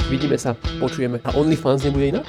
Vidíme sa, počujeme. A OnlyFans nebude inak?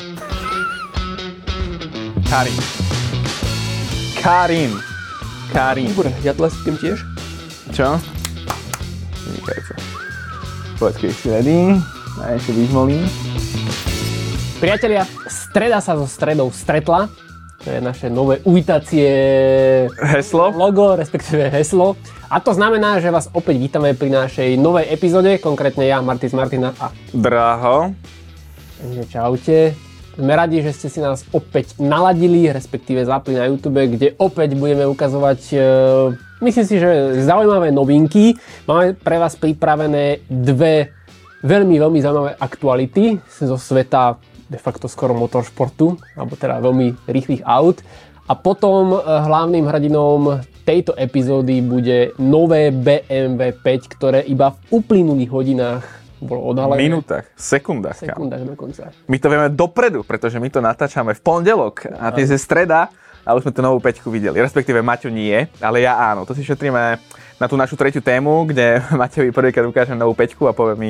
Karin. Dobre, ja tlesknem tiež. Čo? Vynikajúce. Povedz, keď si ready. A ešte vyzvolím. Priatelia, streda sa so stredou stretla. To je naše nové uvítacie Heslo. Logo, respektíve heslo. A to znamená, že vás opäť vítame pri našej novej epizóde, konkrétne ja, Martin z Martina a Draho. Takže čaute. Sme radi, že ste si nás opäť naladili, respektíve zapli na YouTube, kde opäť budeme ukazovať, myslím si, že zaujímavé novinky. Máme pre vás pripravené dve veľmi zaujímavé aktuality zo sveta de facto skoro motoršportu, alebo teda veľmi rýchlych aut. A potom hlavným hrdinom tejto epizódy bude nové BMW 5, ktoré iba v uplynulých hodinách bolo odhalené. Minútach, sekundách dokonca. My to vieme dopredu, pretože my to natáčame v pondelok a dnes je streda a už sme tú novú peťku videli. Respektíve Maťo nie, ale ja áno. To si šetríme na tú našu tretiu tému, kde Maťovi prvýkrát ukážem novú peťku a povie mi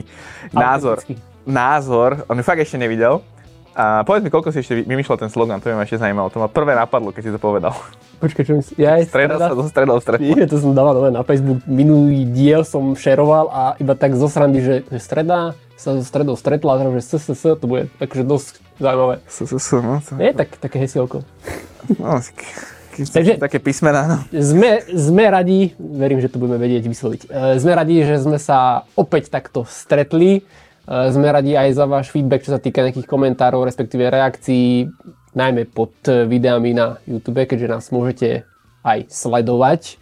názor. On ju fakt ešte nevidel. A povedz mi, koľko si ešte vymýšľal ten slogan, to by ma ešte zaujímalo. To ma prvé napadlo, keď si to povedal. Počkaj, čo myslím? Ja streda sa zo stredou stretla. Nie, to som dával na Facebook. Minulý diel som šeroval a iba tak zo srandy, že streda sa zo stredou stretla, že SSS, to bude takže dosť zaujímavé. SSS, no. Nie, také hesielko. No, takže také písmená, no. Sme radi, verím, že to budeme vedieť vysloviť. Sme radi, že sme sa opäť takto stretli. Sme radi aj za váš feedback, čo sa týka nejakých komentárov, respektíve reakcií, najmä pod videami na YouTube, keďže nás môžete aj sledovať.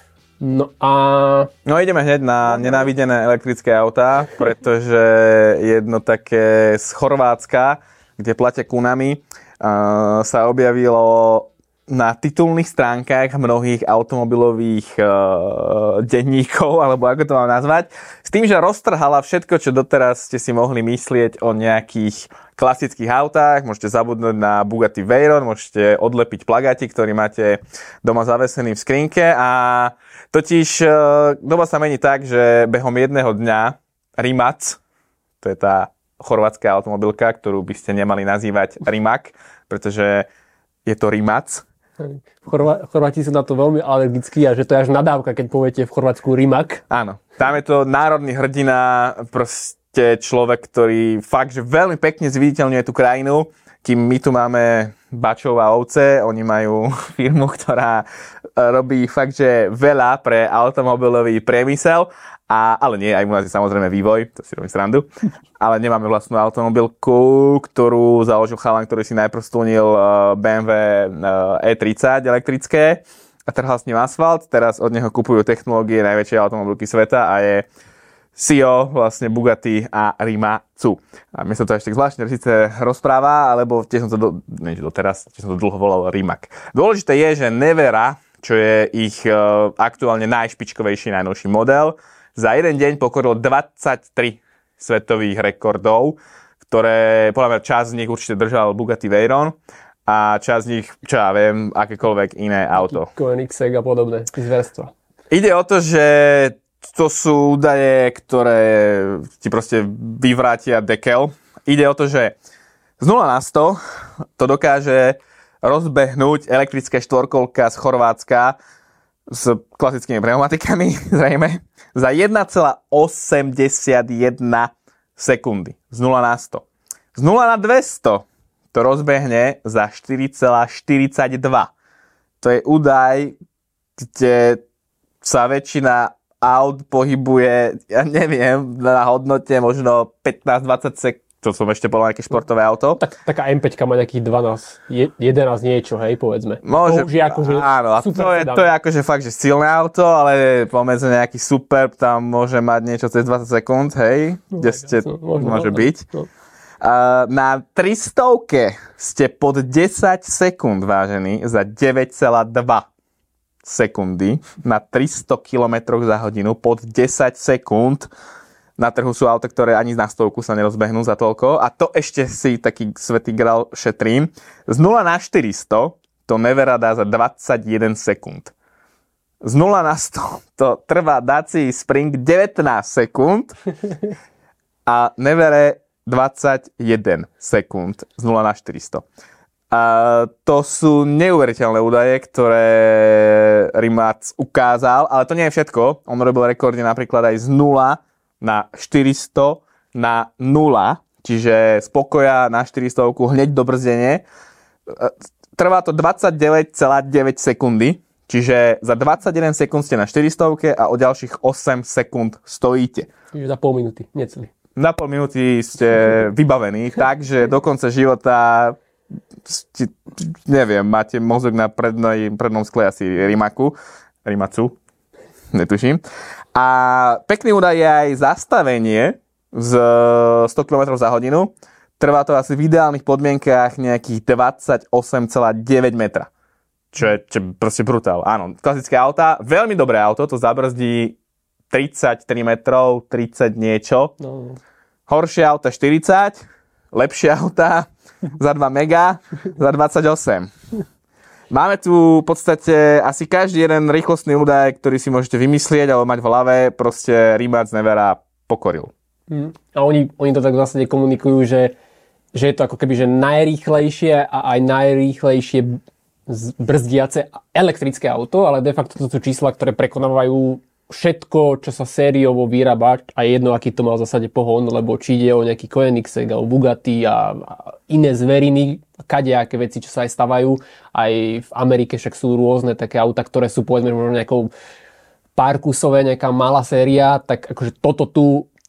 No ideme hneď na nenávidené elektrické autá, pretože jedno také z Chorvátska, kde platia kunami, sa objavilo na titulných stránkach mnohých automobilových denníkov, alebo ako to mám nazvať, s tým, že roztrhala všetko, čo doteraz ste si mohli myslieť o nejakých klasických autách. Môžete zabudnúť na Bugatti Veyron, môžete odlepiť plagátik, ktorý máte doma zavesený v skrinke a totiž doba sa mení tak, že behom jedného dňa Rimac, to je tá chorvátska automobilka, ktorú by ste nemali nazývať Rimac, pretože je to Rimac. Chorváti sú na to veľmi alergickí a že to je až nadávka, keď poviete v Chorvátsku Rimac. Áno, tam je to národný hrdina, proste človek, ktorý fakt, že veľmi pekne zviditeľňuje tú krajinu, kým my tu máme bačov a ovce, oni majú firmu, ktorá robí fakt, že veľa pre automobilový priemysel, ale nie, aj u nás je samozrejme vývoj, to si robím srandu, ale nemáme vlastnú automobilku, ktorú založil chalan, ktorý si najprv stlnil BMW E30 elektrické a trhal s ním asfalt, teraz od neho kupujú technológie najväčšej automobilky sveta a je CEO vlastne Bugatti a Rimacu. A mne sa to ešte tak zvláštne síce rozpráva, alebo tiež som to dlho volal Rimac. Dôležité je, že Nevera, čo je ich aktuálne najšpičkovejší, najnovší model, za jeden deň pokoril 23 svetových rekordov, ktoré, podľa mňa, časť z nich určite držal Bugatti Veyron a časť z nich, čo ja viem, akékoľvek iné auto. Koenigsegg a podobné, zverstva. Ide o to, že to sú údaje, ktoré ti proste vyvrátia dekel. Ide o to, že z 0 na 100 to dokáže rozbehnúť elektrická štvorkolka z Chorvátska s klasickými pneumatikami, zrejme, za 1,81 sekundy. Z 0 na 100. Z 0 na 200 to rozbehne za 4,42. To je údaj, kde sa väčšina aut pohybuje, ja neviem, na hodnote možno 15-20 sekúnd. To som ešte povedal nejaké športové auto. Taká M5 má nejakých 11 niečo, hej, povedzme. Môže, akože áno, a to je akože fakt, že silné auto, ale pomedzi nejaký super tam môže mať niečo cez 20 sekúnd, hej, kde ste, môže byť. No. Na 300 ste pod 10 sekúnd, vážení, za 9,2 sekundy. Na 300 km za hodinu pod 10 sekúnd. Na trhu sú auta, ktoré ani na 100 sa nerozbehnú za toľko. A to ešte si taký svätý grál šetrím. Z 0 na 400 to Nevera dá za 21 sekúnd. Z 0 na 100 to trvá Dacia Spring 19 sekúnd. A Nevere 21 sekúnd z 0 na 400. A to sú neuveriteľné údaje, ktoré Rimac ukázal, ale to nie je všetko. On robil rekordy napríklad aj z 0 na 400 na 0, čiže z pokoja na 400 hneď do brzdenie. Trvá to 29,9 sekundy, čiže za 21 sekúnd ste na 400 a o ďalších 8 sekúnd stojíte. Čiže za pol minúty, necelý. Na pol minúty ste vybavení, takže do konca života neviem, máte mozog na prednom skle asi Rimacu, netuším. A pekný údaj je aj zastavenie z 100 km za hodinu. Trvá to asi v ideálnych podmienkách nejakých 28,9 metra. Čo je proste brutál. Áno, klasické auta, veľmi dobré auto, to zabrzdí 33 metrov, 30 niečo. No. Horšie auta 40, lepšie auta za 2 mega, za 28. Máme tu v podstate asi každý jeden rýchlostný údaj, ktorý si môžete vymyslieť alebo mať v hlave, proste Rimac Nevera pokoril. A oni to tak v zásade komunikujú, že je to ako keby že najrýchlejšie a aj najrýchlejšie brzdiace elektrické auto, ale de facto to sú čísla, ktoré prekonávajú všetko, čo sa sériovo vyrába, a jedno, aký to mal v zásade pohon, lebo či ide o nejaký Koenigsegg alebo Bugatti a iné zveriny, kadejaké veci, čo sa aj stavajú. Aj v Amerike však sú rôzne také auta, ktoré sú povedzme možno nejakou párkusové, nejaká malá séria, tak akože toto tu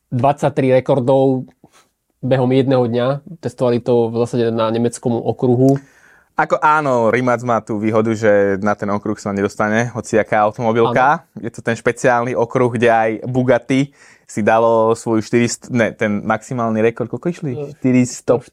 23 rekordov behom jedného dňa. Testovali to v zásade na nemeckom okruhu. Ako áno, Rimac má tú výhodu, že na ten okruh sa nedostane hociaká automobilka. Áno. Je to ten špeciálny okruh, kde aj Bugatti si dalo svoju 400, ten maximálny rekord, koľko išli? 400...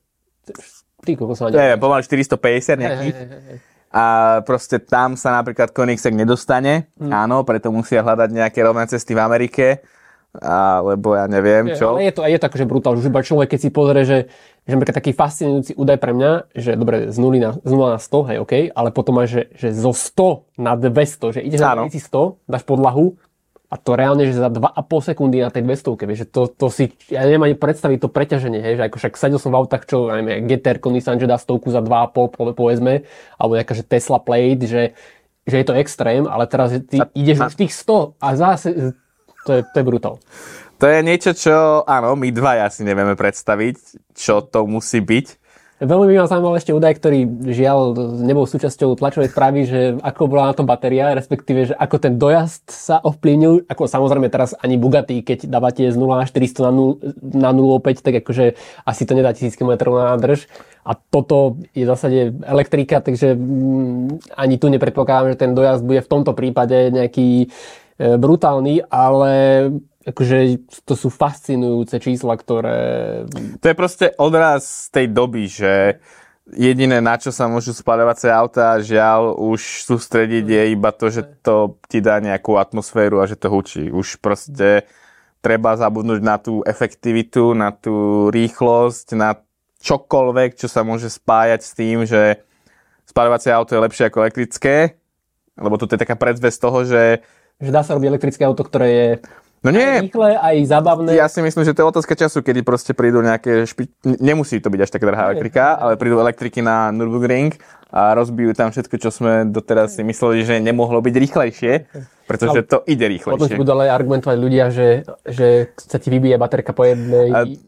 koľko sa neviem. Pomaly 450 nejakých. A proste tam sa napríklad Koenigsegg nedostane. Áno, preto musia hľadať nejaké rovné cesty v Amerike. Lebo ja neviem, čo. Ale je to akože brutál. Už iba človek, keď si pozrie, že taký fascinujúci údaj pre mňa, že dobre, z 0 na 100, hej, OK, ale potom aj, že zo 100 na 200, že ideš na 100, dáš podlahu a to reálne, že za 2,5 sekundy na tej 200, vieš, že to si, ja neviem ani predstaviť to preťaženie, hej, že ako však sadil som v autách, čo, ja neviem, GTR, Nissan, že dá 100 za 2,5, povedzme, alebo nejaká, že Tesla Plate, že je to extrém, ale teraz ty ideš už tých 100 a zase... To je brutál. To je niečo, čo, áno, my dvaja si nevieme predstaviť, čo to musí byť. Veľmi by ma zaujímal ešte údaj, ktorý žiaľ nebol súčasťou tlačovej správy, že ako bola na tom batéria, respektíve, že ako ten dojazd sa ovplyvnil, ako samozrejme teraz ani Bugatti, keď dávate z 0 na 400 na 0,5, tak akože asi to nedá 1000 km na nádrž. A toto je v zásade elektrika, takže ani tu nepredpokladám, že ten dojazd bude v tomto prípade nejaký brutálny, ale akože to sú fascinujúce čísla, ktoré... To je proste odraz tej doby, že jediné, na čo sa môžu spaľovacie autá, žiaľ, už sústrediť je iba to, že to ti dá nejakú atmosféru a že to hučí. Už proste treba zabudnúť na tú efektivitu, na tú rýchlosť, na čokoľvek, čo sa môže spájať s tým, že spaľovacie auto je lepšie ako elektrické, lebo to je taká predzvesť toho, že dá sa robiť elektrické auto, ktoré je aj rýchle, aj zábavné. Ja si myslím, že to je otázka času, kedy proste prídu nejaké nemusí to byť až taká drahá elektrika, ale prídu elektriky na Nürburgring a rozbijú tam všetko, čo sme doteraz si mysleli, že nemohlo byť rýchlejšie, pretože to ide rýchlejšie. Potom budú ale argumentovať ľudia, že sa ti vybije baterka po jednej...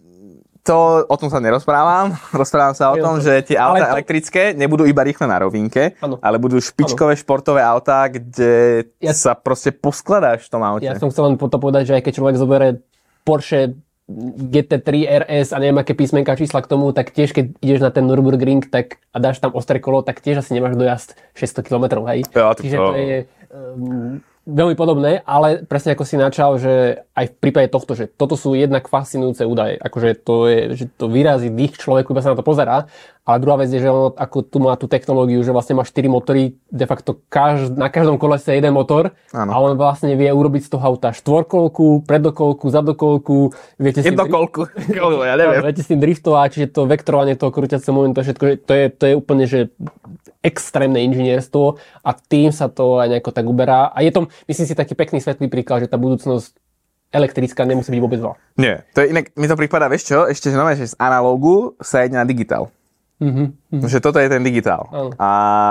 O tom sa nerozprávam. Rozprávam sa o tom, že tie autá elektrické nebudú iba rýchle na rovinke, ale budú špičkové športové autá, kde sa proste poskladáš v tom aute. Ja som chcel len to povedať, že aj keď človek zoberie Porsche GT3 RS a neviem aké písmenka čísla k tomu, tak tiež keď ideš na ten Nürburgring a dáš tam ostré kolo, tak tiež asi nemáš dojazd 600 km, hej? Ja, čiže to je... veľmi podobné, ale presne ako si načal, že aj v prípade tohto, že toto sú jednak fascinujúce údaje, akože to je, že to vyrazí dých človeku, iba sa na to pozerá, ale druhá vec je, že on ako tu má tú technológiu, že vlastne má 4 motory, de facto na každom kolese jeden motor. Áno. A on vlastne vie urobiť z toho auta štvorkolku, predokolku, zadokolku, viete jednokolku, ja neviem. Viete s tým driftovať, čiže to vektorovanie toho krúťaceho momentu, všetko, že to je úplne, že extrémne inžinierstvo a tým sa to aj nejako tak uberá. A je to, myslím si, taký pekný svetlý príklad, že tá budúcnosť elektrická, nemusí byť vôbec veľa. Nie, to je inak, mi to prípada, vieš čo, ešte znamená, že z analógu sa ide na digitál. Že toto je ten digitál. A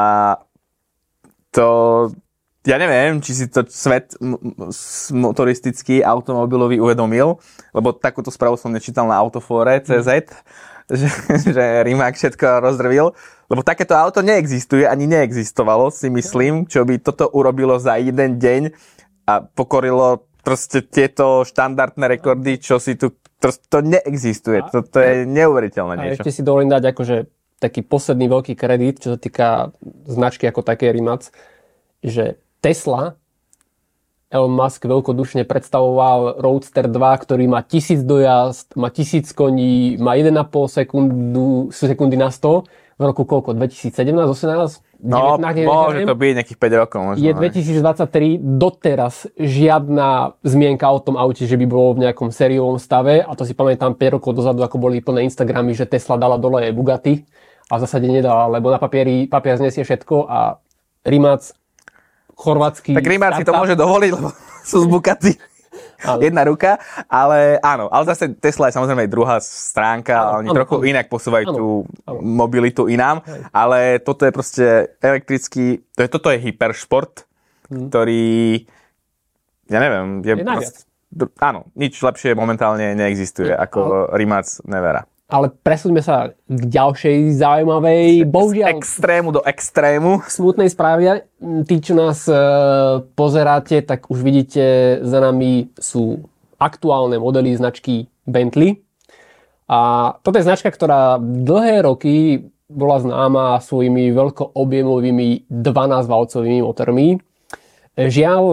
to, ja neviem, či si to svet motoristický, automobilový uvedomil, lebo takúto správu som nečítal na Autofore.cz, že Rimac všetko rozdrvil, lebo takéto auto neexistuje, ani neexistovalo, si myslím, čo by toto urobilo za jeden deň a pokorilo proste tieto štandardné rekordy, čo si tu, to neexistuje, to je neuveriteľné niečo. A ešte si dovolím dať akože taký posledný veľký kredit, čo sa týka značky ako také Rimac, že Tesla, Elon Musk veľkodušne predstavoval Roadster 2, ktorý má 1000 dojazd, má 1000 koní, má 1,5 sekundy na 100, v roku koľko? 2017, 18? No, môže to byť nejakých 5 rokov. Možno, je 2023, doteraz žiadna zmienka o tom aute, že by bolo v nejakom sériovom stave, a to si pamätám 5 rokov dozadu, ako boli plné Instagramy, že Tesla dala dole Bugatti a v zásade nedala, lebo na papier znesie všetko a Rimac, chorvátsky tak Rimac si to môže dovoliť, lebo sú z Bugatti. Jedna ruka, ale áno, ale zase Tesla je samozrejme druhá stránka, oni trochu inak posúvajú tú mobilitu inám, ale toto je proste elektrický, toto je hyperšport, ktorý, ja neviem, je proste, áno, nič lepšie momentálne neexistuje ako Rimac Nevera. Ale presúďme sa k ďalšej zaujímavej, bohužiaľ... Z extrému do extrému. Smutnej správe. Tí, čo nás pozeráte, tak už vidíte, za nami sú aktuálne modely značky Bentley. A toto je značka, ktorá dlhé roky bola známa svojimi veľkoobjemovými 12-valcovými motormi. Žiaľ,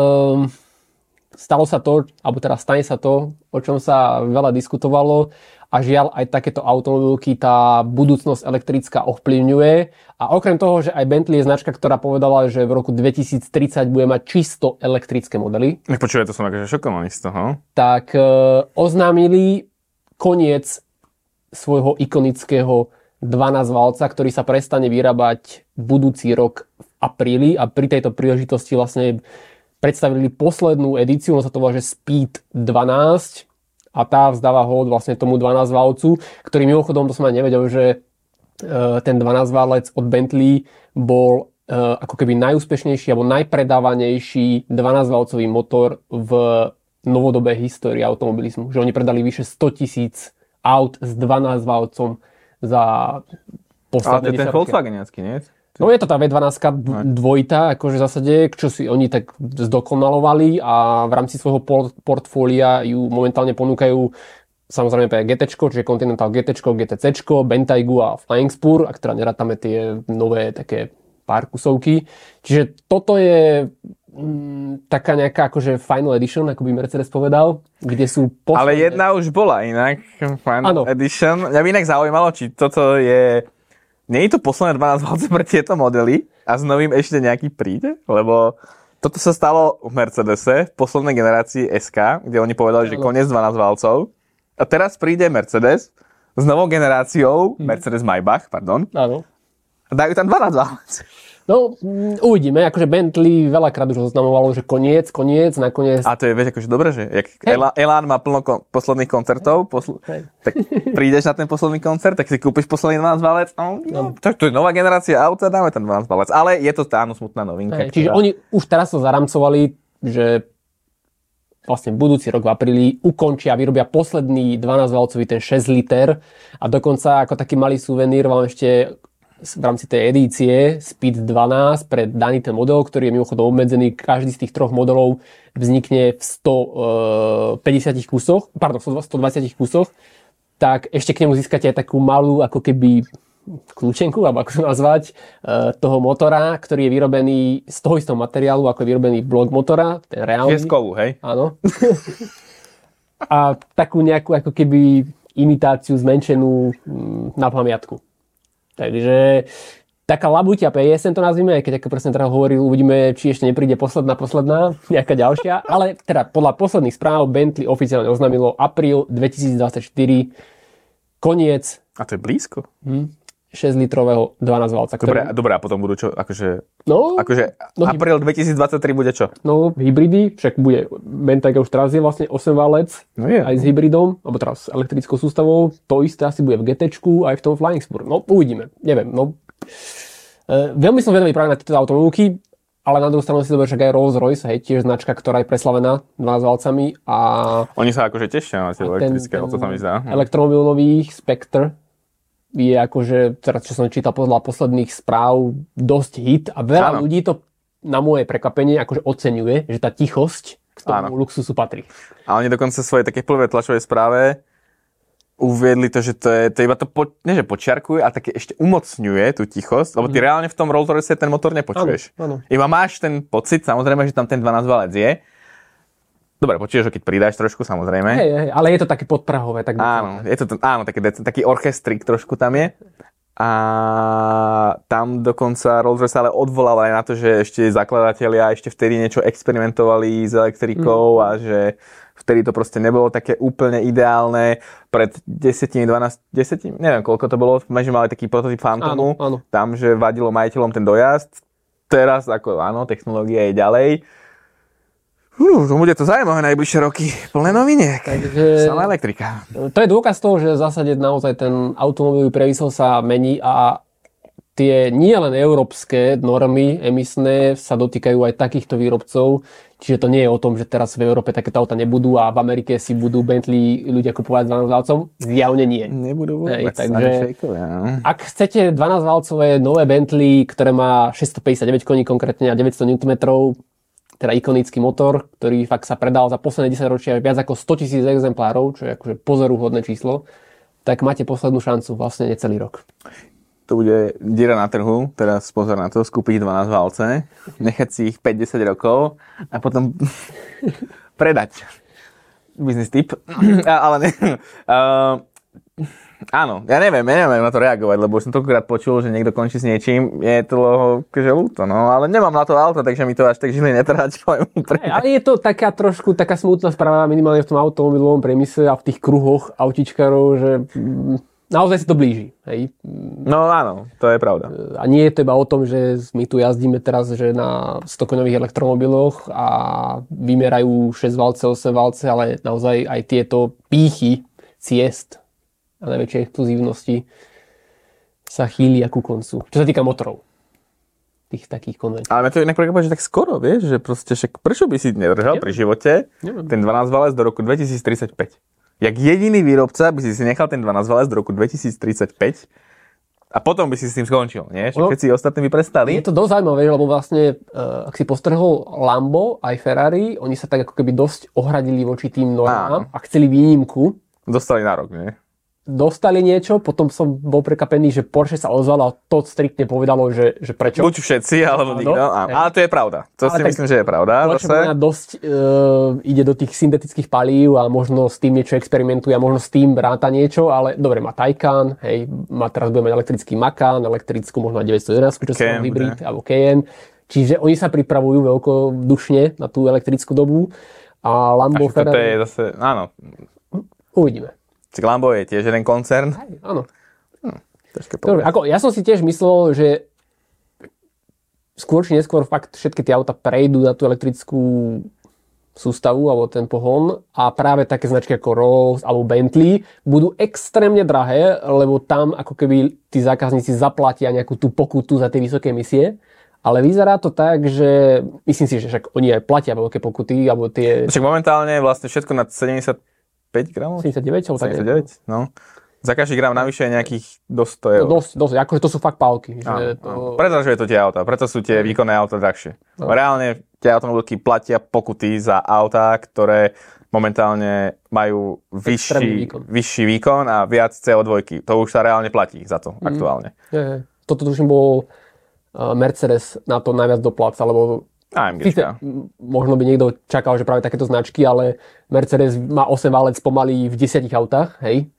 stalo sa to, alebo teraz stane sa to, o čom sa veľa diskutovalo, a žiaľ aj takéto automobilky tá budúcnosť elektrická ovplyvňuje. A okrem toho, že aj Bentley je značka, ktorá povedala, že v roku 2030 bude mať čisto elektrické modely. Počúvaj, to som akože šokovaný z toho. Tak oznámili koniec svojho ikonického 12-valca, ktorý sa prestane vyrábať budúci rok v apríli, a pri tejto príležitosti vlastne predstavili poslednú edíciu, on sa to volá, že Speed 12, a tá vzdáva hold vlastne tomu 12-valcu, ktorý mimochodom, to som aj nevedel, že ten 12-valec od Bentley bol ako keby najúspešnejší alebo najpredávanejší 12-valcový motor v novodobej histórii automobilizmu. Že oni predali vyše 100,000 aut s 12-valcom za posledné 10 roky. Ale to je ten Volkswageniacký, nie? No je to tá V12 dvojita, akože v zásade, čo si oni tak zdokonalovali, a v rámci svojho portfólia ju momentálne ponúkajú samozrejme pre GT, čiže Continental GT, GTC, Bentaygu a Flying Spur, a ktorá nerátame tie nové také pár kusovky. Čiže toto je taká nejaká akože Final Edition, ako by Mercedes povedal, kde sú posledné... Ale jedna už bola inak, Final Edition. Mňa by inak zaujímalo, či toto je... Nie je to posledné 12-valce pre tieto modely a s novým ešte nejaký príde? Lebo toto sa stalo v Mercedese v poslednej generácii SK, kde oni povedali, že koniec 12-valcov. A teraz príde Mercedes s novou generáciou, Mercedes Maybach, pardon. Áno. A dajú tam 12-valce. No, uvidíme. Akože Bentley veľakrát už oznamovalo, že koniec, nakoniec... A to je, vieš, akože dobré, že jak Elán má plno posledných koncertov, tak prídeš na ten posledný koncert, tak si kúpiš posledný 12-valec, tak to je nová generácia auta, dáme ten 12-valec. Ale je to tá smutná novinka. Čiže oni už teraz to zaramcovali, že vlastne budúci rok v apríli ukončia a vyrobia posledný 12-valcový, ten 6 liter, a dokonca ako taký malý suvenír vám ešte v rámci tej edície Speed 12 pre daný ten model, ktorý je mimochodom obmedzený, každý z tých troch modelov vznikne v 150 kusoch, pardon, 120 kusoch, tak ešte k nemu získate aj takú malú ako keby kľúčenku, alebo ako to nazvať, toho motora, ktorý je vyrobený z toho istého materiálu, ako je vyrobený blok motora, ten reálny. Pieskovú, hej? Áno. A takú nejakú ako keby imitáciu zmenšenú na pamiatku. Takže taká labuťa PSN to nazvime, aj keď ako presne teraz hovoril, uvidíme, či ešte nepríde posledná, nejaká ďalšia. Ale teda podľa posledných správ Bentley oficiálne oznámilo apríl 2024, koniec. A to je blízko. 6-litrového 12-valca. Dobre, a potom budú čo? Akože No, apríl 2023 bude čo? No, hybridy, však bude Bentayga už teraz je vlastne 8-valec, no je, aj s hybridom, alebo teraz s elektrickou sústavou. To isté asi bude v GTčku, aj v tom Flying Spur. No, uvidíme, neviem. No. Veľmi som vedavý práve na tieto automobilky, ale na druhú stranu si dober, však aj Rolls-Royce, hej, tiež značka, ktorá je preslavená 12-valcami. A oni sa akože tešia na tie elektrické auto, sa mi zdá. Elektromobil nový Spectre je akože, teraz čo som čítal podľa posledných správ, dosť hit a veľa ľudí to na moje prekvapenie akože oceňuje, že tá tichosť k tomu luxusu patrí. A oni dokonca v svojej také plvé tlačovej správe uviedli to, že to iba to, nie že počiarkuje, ale také ešte umocňuje tú tichosť, lebo ty reálne v tom Rolls-Royce ten motor nepočuješ. Áno. Iba máš ten pocit, samozrejme, že tam ten 12-valec je. Dobre, počuješ ho, keď pridáš trošku, samozrejme. Hej, ale je to také podprahové. Tak áno, je to taký orchestrik trošku tam je. A tam dokonca Rolls-Royce ale odvolal aj na to, že ešte zakladatelia ešte vtedy niečo experimentovali s elektrikou a že vtedy to proste nebolo také úplne ideálne. Pred 10, neviem koľko to bolo, že mali taký prototyp Phantomu. Áno. Tam, že vadilo majiteľom ten dojazd. Teraz, technológia je ďalej. Bude to zaujímavé najbližšie roky. Plné noviniek. Takže samá elektrika. To je dôkaz toho, že v zásade naozaj ten automobilový priemysel sa mení a tie nie len európske normy emisné sa dotýkajú aj takýchto výrobcov. Čiže to nie je o tom, že teraz v Európe takéto auta nebudú a v Amerike si budú Bentley ľudia kupovať 12-valcov. Zjavne nie. Nebudú vôbec. Takže ak chcete 12-valcové nové Bentley, ktoré má 659 koní konkrétne a 900 Nm, teda ikonický motor, ktorý fakt sa predal za posledné 10 ročia viac ako 100 000 exemplárov, čo je akože pozoruhodné číslo, tak máte poslednú šancu, vlastne necelý rok. To bude diera na trhu, teraz pozor na to, skúpiť 12 valce, nechať si ich 5-10 rokov a potom predať. Business tip. Ale ne. Áno, ja neviem na to reagovať, lebo už som toľkokrát počul, že niekto končí s niečím, je to akože ľúto, no, ale nemám na to auto, takže mi to až tak žily netrhá, čo poviem úprimne. Ale je to taká smutná správa minimálne v tom automobilovom priemysle a v tých kruhoch autičkarov, že naozaj si to blíži, hej. No áno, to je pravda. A nie je to iba o tom, že my tu jazdíme teraz, že na 100-koňových elektromobiloch a vymerajú 6 valce, 8 valce, ale naozaj aj tieto pýchy ciest a najväčšej exkluzívnosti sa chýlia ku koncu. Čo sa týka motorov. Tých takých konvenčných. Ale mňa to inak prekvapuje, že tak skoro, vieš, že proste však prečo by si nedržal pri živote ten 12-valec do roku 2035? Jak jediný výrobca by si nechal ten 12-valec do roku 2035 a potom by si s tým skončil, nie? Všetci ostatní by prestali. Je to dosť zaujímavé, lebo vlastne, ak si postrhol Lambo aj Ferrari, oni sa tak ako keby dosť ohradili voči tým normám a chceli výnimku. Dostali na rok, nie? Dostali niečo, potom som bol prekvapený, že Porsche sa ozval a to striktne povedalo, že prečo. Buď všetci, alebo nikto. Ale to je pravda. To si myslím, že je pravda. Porsche dosť ide do tých syntetických palív a možno s tým niečo experimentuje a možno s tým ráta niečo, ale dobre, má Taycan, hej, teraz bude mať elektrický Macan, elektrickú možno 911, čo sú hybrid, alebo Cayenne. Čiže oni sa pripravujú veľkodušne na tú elektrickú dobu a Lambo Ferrari... To je zase, áno. Uvidíme. Lambo je tiež jeden koncern. Áno. Dobre, ja som si tiež myslel, že skôr či neskôr fakt všetky tie auta prejdú na tú elektrickú sústavu alebo ten pohon a práve také značky ako Rolls alebo Bentley budú extrémne drahé, lebo tam ako keby tí zákazníci zaplatia nejakú tú pokutu za tie vysoké emisie. Ale vyzerá to tak, že myslím si, že však oni aj platia veľké pokuty alebo tie... Však momentálne vlastne všetko nad 75 gramov? 79? 79, no. Za každý gram navyše je nejakých do 100 eur. Dosť, akože to sú fakt pálky. Predražuje to tie auta, preto sú tie výkonné auta drahšie. Reálne tie automobilky platia pokuty za autá, ktoré momentálne majú vyšší výkon a viac CO2. To už sa reálne platí za to aktuálne. Toto tuším bol Mercedes na to najviac dopláca, lebo možno by niekto čakal, že práve takéto značky, ale Mercedes má 8 válec pomaly v 10 autách, hej.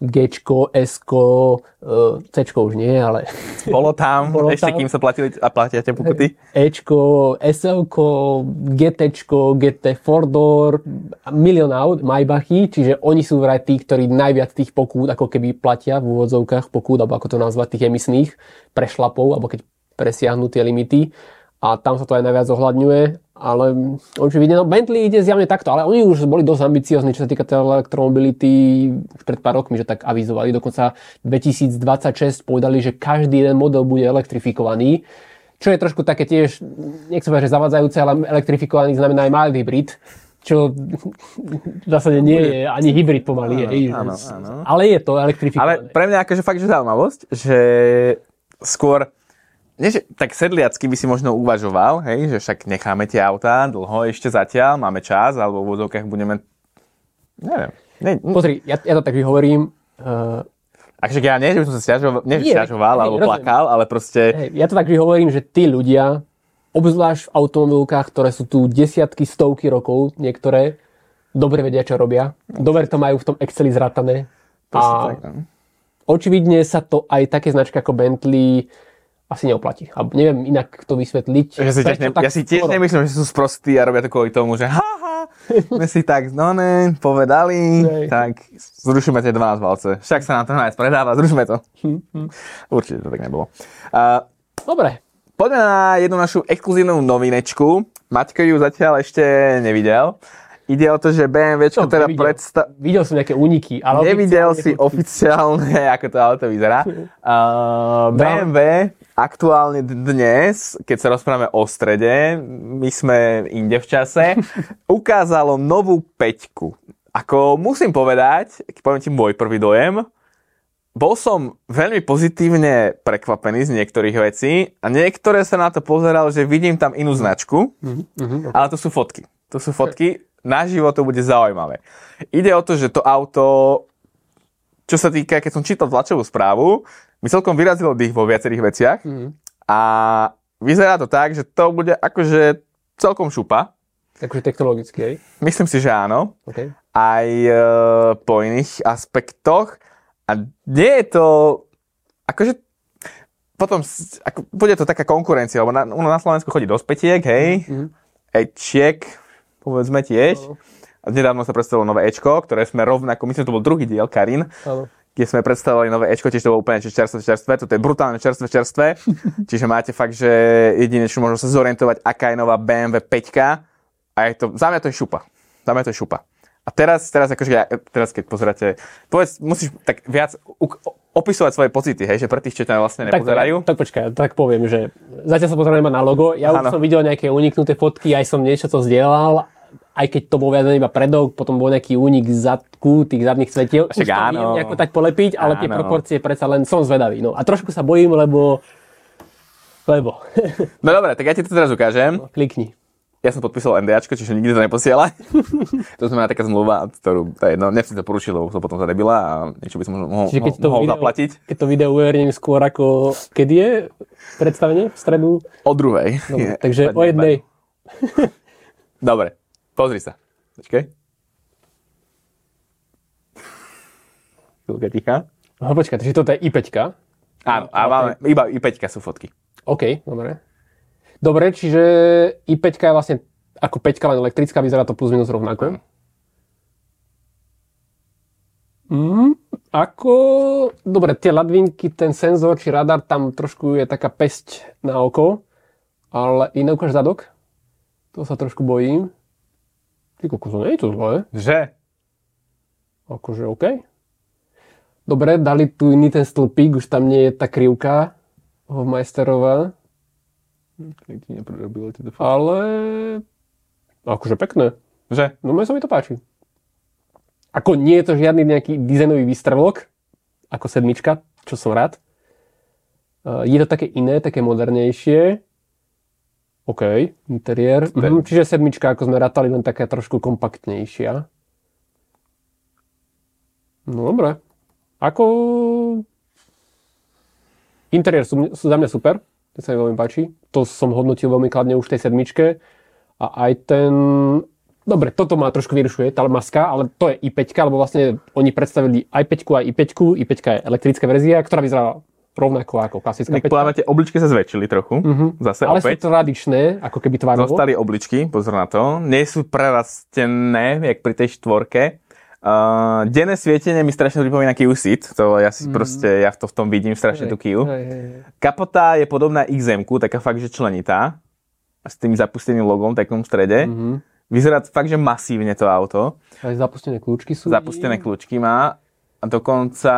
Gčko, Sko, Cčko už nie, ale... Bolo tam, ešte kým sa platili a platia tie pokuty. Ečko, SLko, GTčko, GT Fordor, milión aut, Maybachy, čiže oni sú vraj tí, ktorí najviac tých pokút ako keby platia v úvodzovkách pokút, alebo ako to nazvať, tých emisných prešlapov, alebo keď presiahnu tie limity. A tam sa to aj najviac zohľadňuje, ale očividne, no Bentley ide zjavne takto, ale oni už boli dosť ambiciozni, čo sa týka elektromobility pred pár rokmi, že tak avizovali, dokonca 2026 povedali, že každý jeden model bude elektrifikovaný, čo je trošku také tiež, nechcem povedať, že zavádzajúce, ale elektrifikovaný znamená aj mild hybrid, čo v zásade nie je ani hybrid pomaly, áno. Ale je to elektrifikované. Ale pre mňa akože fakt, že zaujímavosť, že skôr tak sedliacky by si možno uvažoval, hej, že však necháme tie autá dlho ešte zatiaľ, máme čas, alebo v úvodzovkách budeme, neviem. Pozri, ja to tak vyhovorím. Akže ja nie, že by som sa sťažoval alebo plakal, ale proste... Hej, ja to tak vyhovorím, že tí ľudia, obzvlášť v automobilkách, ktoré sú tu desiatky, stovky rokov, niektoré, dobre vedia, čo robia. Dobre to majú v tom Exceli zratané. A očividne sa to aj také značky ako Bentley asi neoplatí. A neviem inak to vysvetliť. Ja si tiež nemyslím, že sú sprostí a robia to kvôli tomu, že my si tak povedali, tak zrušíme tie 12 valce. Však sa nám to najviac predáva, zrušíme to. Určite to tak nebolo. Dobre. Poďme na jednu našu exkluzívnu novinečku. Maťko ju zatiaľ ešte nevidel. Ide o to, že BMWčko teda Videl som nejaké úniky, ale nevidel si oficiálne, ako to auto vyzerá. BMW aktuálne dnes, keď sa rozprávame o strede, my sme inde v čase, ukázalo novú Peťku. Ako musím povedať, keď poviem ti môj prvý dojem, bol som veľmi pozitívne prekvapený z niektorých vecí a niektoré sa na to pozeral, že vidím tam inú značku, ale to sú fotky. Naživo to bude zaujímavé. Ide o to, že to auto, čo sa týka, keď som čítal tlačovú správu, mi celkom vyrazilo dých vo viacerých veciach a vyzerá to tak, že to bude akože celkom šupa. Takže technologicky, hej? Myslím si, že áno. Okay. Aj po iných aspektoch. A nie je to akože potom bude to taká konkurencia, lebo na Slovensku chodí dosť petiek, hej? Ečiek, povedzme tiež. A nedávno sa predstavilo nové Ečko, ktoré sme rovnako, myslím, že to bol druhý diel, Karin, kde sme predstavovali nové Ečko, tiež to bolo úplne čerstvé. Toto je brutálne čerstvé. Čiže máte fakt, že jedine, čo možno sa zorientovať, aká je nová BMW 5. A je to, za mňa to je šupa. A teraz keď pozeráte, musíš tak viac opisovať svoje pocity, hej, že pre tých, čo ťa vlastne nepozerajú. Tak počkaj, tak poviem, že zatiaľ sa pozerám na logo, ja už som videl nejaké uniknuté fotky, aj som niečo to zdieľal, aj keď to bol viac iba predok, potom bol nejaký únik zadku, tých zadných cvetiel, už to viem nejako tak polepiť, ale tie proporcie predsa len som zvedavý. No a trošku sa bojím, lebo... No dobre, tak ja ti to teraz ukážem. No, klikni. Ja som podpísal NDAčko, čiže nikdy to neposiela. To znamená taká zmluva, ktorú, to je jedno, nechci to porušiť, lebo som potom zadebila a niečo by som mohol zaplatiť. Keď to video uverím skôr ako, kedy je predstavenie? V stredu? O 2:00. Dobre, takže o 1:00. Dobre, pozri sa. Počkej. Chvíľka ticha. No počkaj, takže toto je i5. Áno, a máme, iba i5 sú fotky. OK, dobre. Dobre, čiže i5 je vlastne ako 5, len elektrická, vyzerá to plus minus rovnako. Dobre, tie ladvinky, ten senzor či radar, tam trošku je taká pesť na oko, ale iné ukáž zadok. To sa trošku bojím. Ty kokos, nie je to zlé. Že? Akože OK. Dobre, dali tu iný ten stĺpík, už tam nie je tá krivka Hofmeisterová. Ale akože pekné. Že? No mne sa mi to páči. Ako nie je to žiadny nejaký dizajnový výstrelok, ako 7, čo som rád. Je to také iné, také modernejšie. OK, interiér. Čiže 7, ako sme rátali, len taká trošku kompaktnejšia. No dobre. Ako... Interiér sú za mňa super. To sa mi veľmi páči. To som hodnotil veľmi kladne už v tej 7. A aj ten dobre, toto ma trošku vyrušuje, tá maska, ale to je i5, lebo vlastne oni predstavili i5 a i5. i5 je elektrická verzia, ktorá vyzerá rovnako ako klasická 5. Podľa mňa tie obličky sa zväčšili trochu, zase ale opäť. sú tradičné, ako keby tvárovo. Zostali obličky, pozor na to. Nie sú prerastené, jak pri tej štvorke. Denné svietenie mi strašne pripomína Kia Ceed, to ja si proste, ja v tom vidím strašne tú Kiu. Kapota je podobná XM-ku, taká fakt, že členitá, s tým zapusteným logom v takom strede. Vyzerá fakt, že masívne to auto. Aj zapustené kľúčky sú. Zapustené kľúčky má a dokonca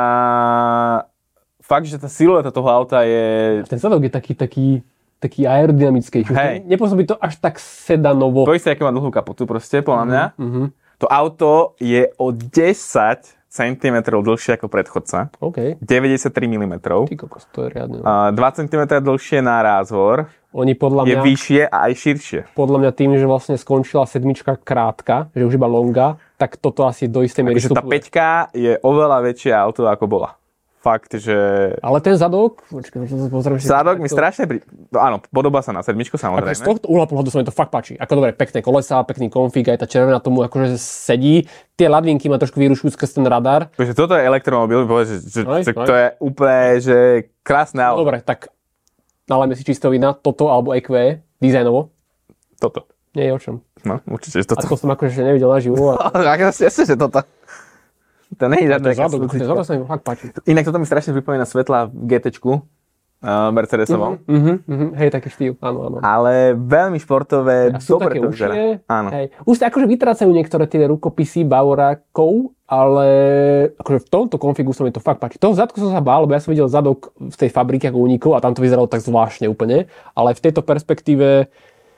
fakt, že tá silueta toho auta je... Ten zadok je taký aerodynamický. Nepôsobí to až tak sedanovo. To isté, aké má dlhú kapotu proste, podľa mňa. To auto je o 10 cm dlhšie ako predchodca. 93 mm. Ty kokos, to je riadne. 2 cm dlhšie na rázvor. Oni podľa mňa... Je vyššie a aj širšie. Podľa mňa tým, že vlastne skončila 7 krátka, že už iba longa, tak toto asi do istej miery vstupuje. Tá 5 je oveľa väčšie auto ako bola. Fakt, že... Ale ten zadok... Zadok mi strašne... Áno, podobá sa na 7, samozrejme. Ako z tohto uhla pohľadu sa mi to fakt páči. Ako dobre, pekné kolesá, pekný konfig, aj tá červená tomu akože sedí. Tie ladvinky ma trošku vyrušujú skrz ten radar. Takže toto je elektromobil, že to je úplne, že krásne auto. Dobre, tak nalejme si čistého vína, toto alebo EQ, dizajnovo. Toto. Nie je o čom. No, určite, že toto. Ako som akože nevidel naživo. Jasne, že toto. To nie je žiadne zadok sa mi fakt páči. Inak toto mi strašne pripomína svetla v GTčku Mercedesovom. Hej, taký štýl, áno. Ale veľmi športové, sú také užšie. Áno. Hej. Už sa akože vytrácajú niektoré tie rukopisy Bavorákov, ale akože v tomto konfigu sa mi to fakt páči. Toho zadku som sa bál, lebo ja som videl zadok v tej fabrike ako unikol a tam to vyzeralo tak zvláštne úplne. Ale v tejto perspektíve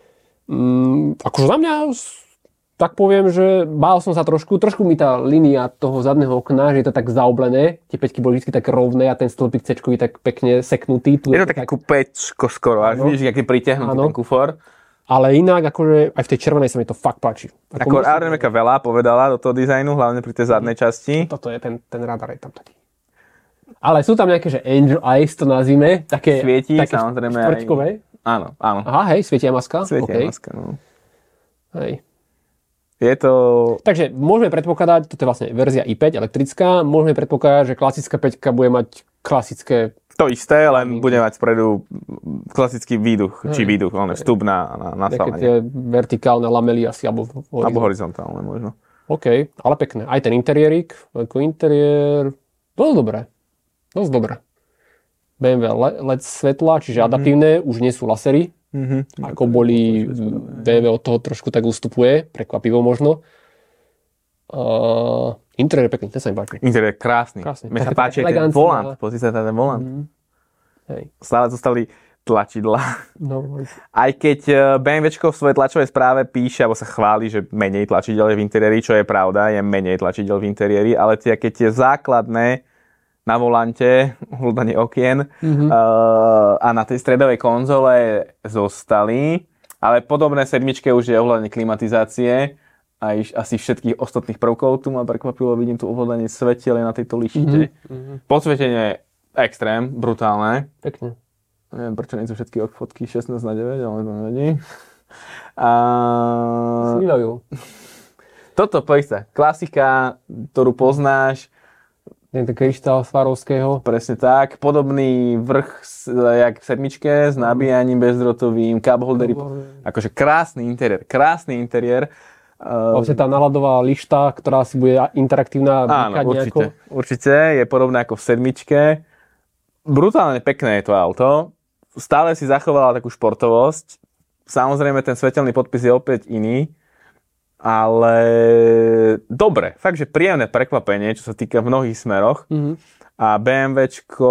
akože za mňa tak poviem, že bál som sa trošku mi tá línia toho zadného okna, že je to tak zaoblené, tie peťky boli vždy tak rovné a ten stĺpik C-čkový tak pekne seknutý. Je to také kúpečko skoro, až vidíš, aký pritiahnutý ten kufor. Ale inak, akože aj v tej červenej sa mi to fakt páči. Ako aerodynamika veľa povedala do toho dizajnu, hlavne pri tej zadnej časti. Toto je ten radar je tam taký. Ale sú tam nejaké, že Angel Eyes to nazvime, také svietí, samozrejme štvrťkové. Áno. Aha, hej, svietia maska. Svietia maska, no. Hej. Je to... Takže môžeme predpokladať, toto je vlastne verzia i5 elektrická, môžeme predpokladať, že klasická 5 bude mať klasické... To isté, len bude mať vpredu klasický výduch, či výduch, vstup na spávanie. Také tie vertikálne lamely asi, alebo horizontálne možno. OK, ale pekné. Aj ten interiérik, ako interiér, dosť dobré. BMW LED svetla, čiže adaptívne, už nie sú lasery. Ako boli BMW od toho trošku tak ustupuje, prekvapivo možno. Interiér je pekný, ten sa mi páči. Interiér je krásny. Mne sa páči ten volant, pozri sa ten volant. Stále zostali tlačidla. No. Aj keď BMWčko v svojej tlačovej správe píše, alebo sa chváli, že menej tlačidel je v interiéri, čo je pravda, je menej tlačidel v interiéri, ale keď tie základné na volante, hľadanie okien a na tej stredovej konzole zostali, ale podobné sedmičke už je ohľadanie klimatizácie a asi všetkých ostatných prvkov. Tu ma prekvapilo, vidím tu ohľadanie svetiel na tejto lište. Podsvietenie extrém, brutálne. Pekne. Neviem, prečo nie sú všetky fotky 16:9, ale to nevadí. Snívajú. Toto, poď sa, klasika, ktorú poznáš. Ten kryštál Swarovského. Presne tak. Podobný vrch jak v sedmičke s nabíjaním bezdrotovým, cup holdery. Akože krásny interiér. Vlastne tá náladová lišta, ktorá si bude interaktívna. Áno, určite. Je podobné ako v sedmičke. Brutálne pekné je to auto. Stále si zachovala takú športovosť. Samozrejme, ten svetelný podpis je opäť iný. Ale dobre, fakt, že príjemné prekvapenie, čo sa týka v mnohých smeroch. A BMWčko,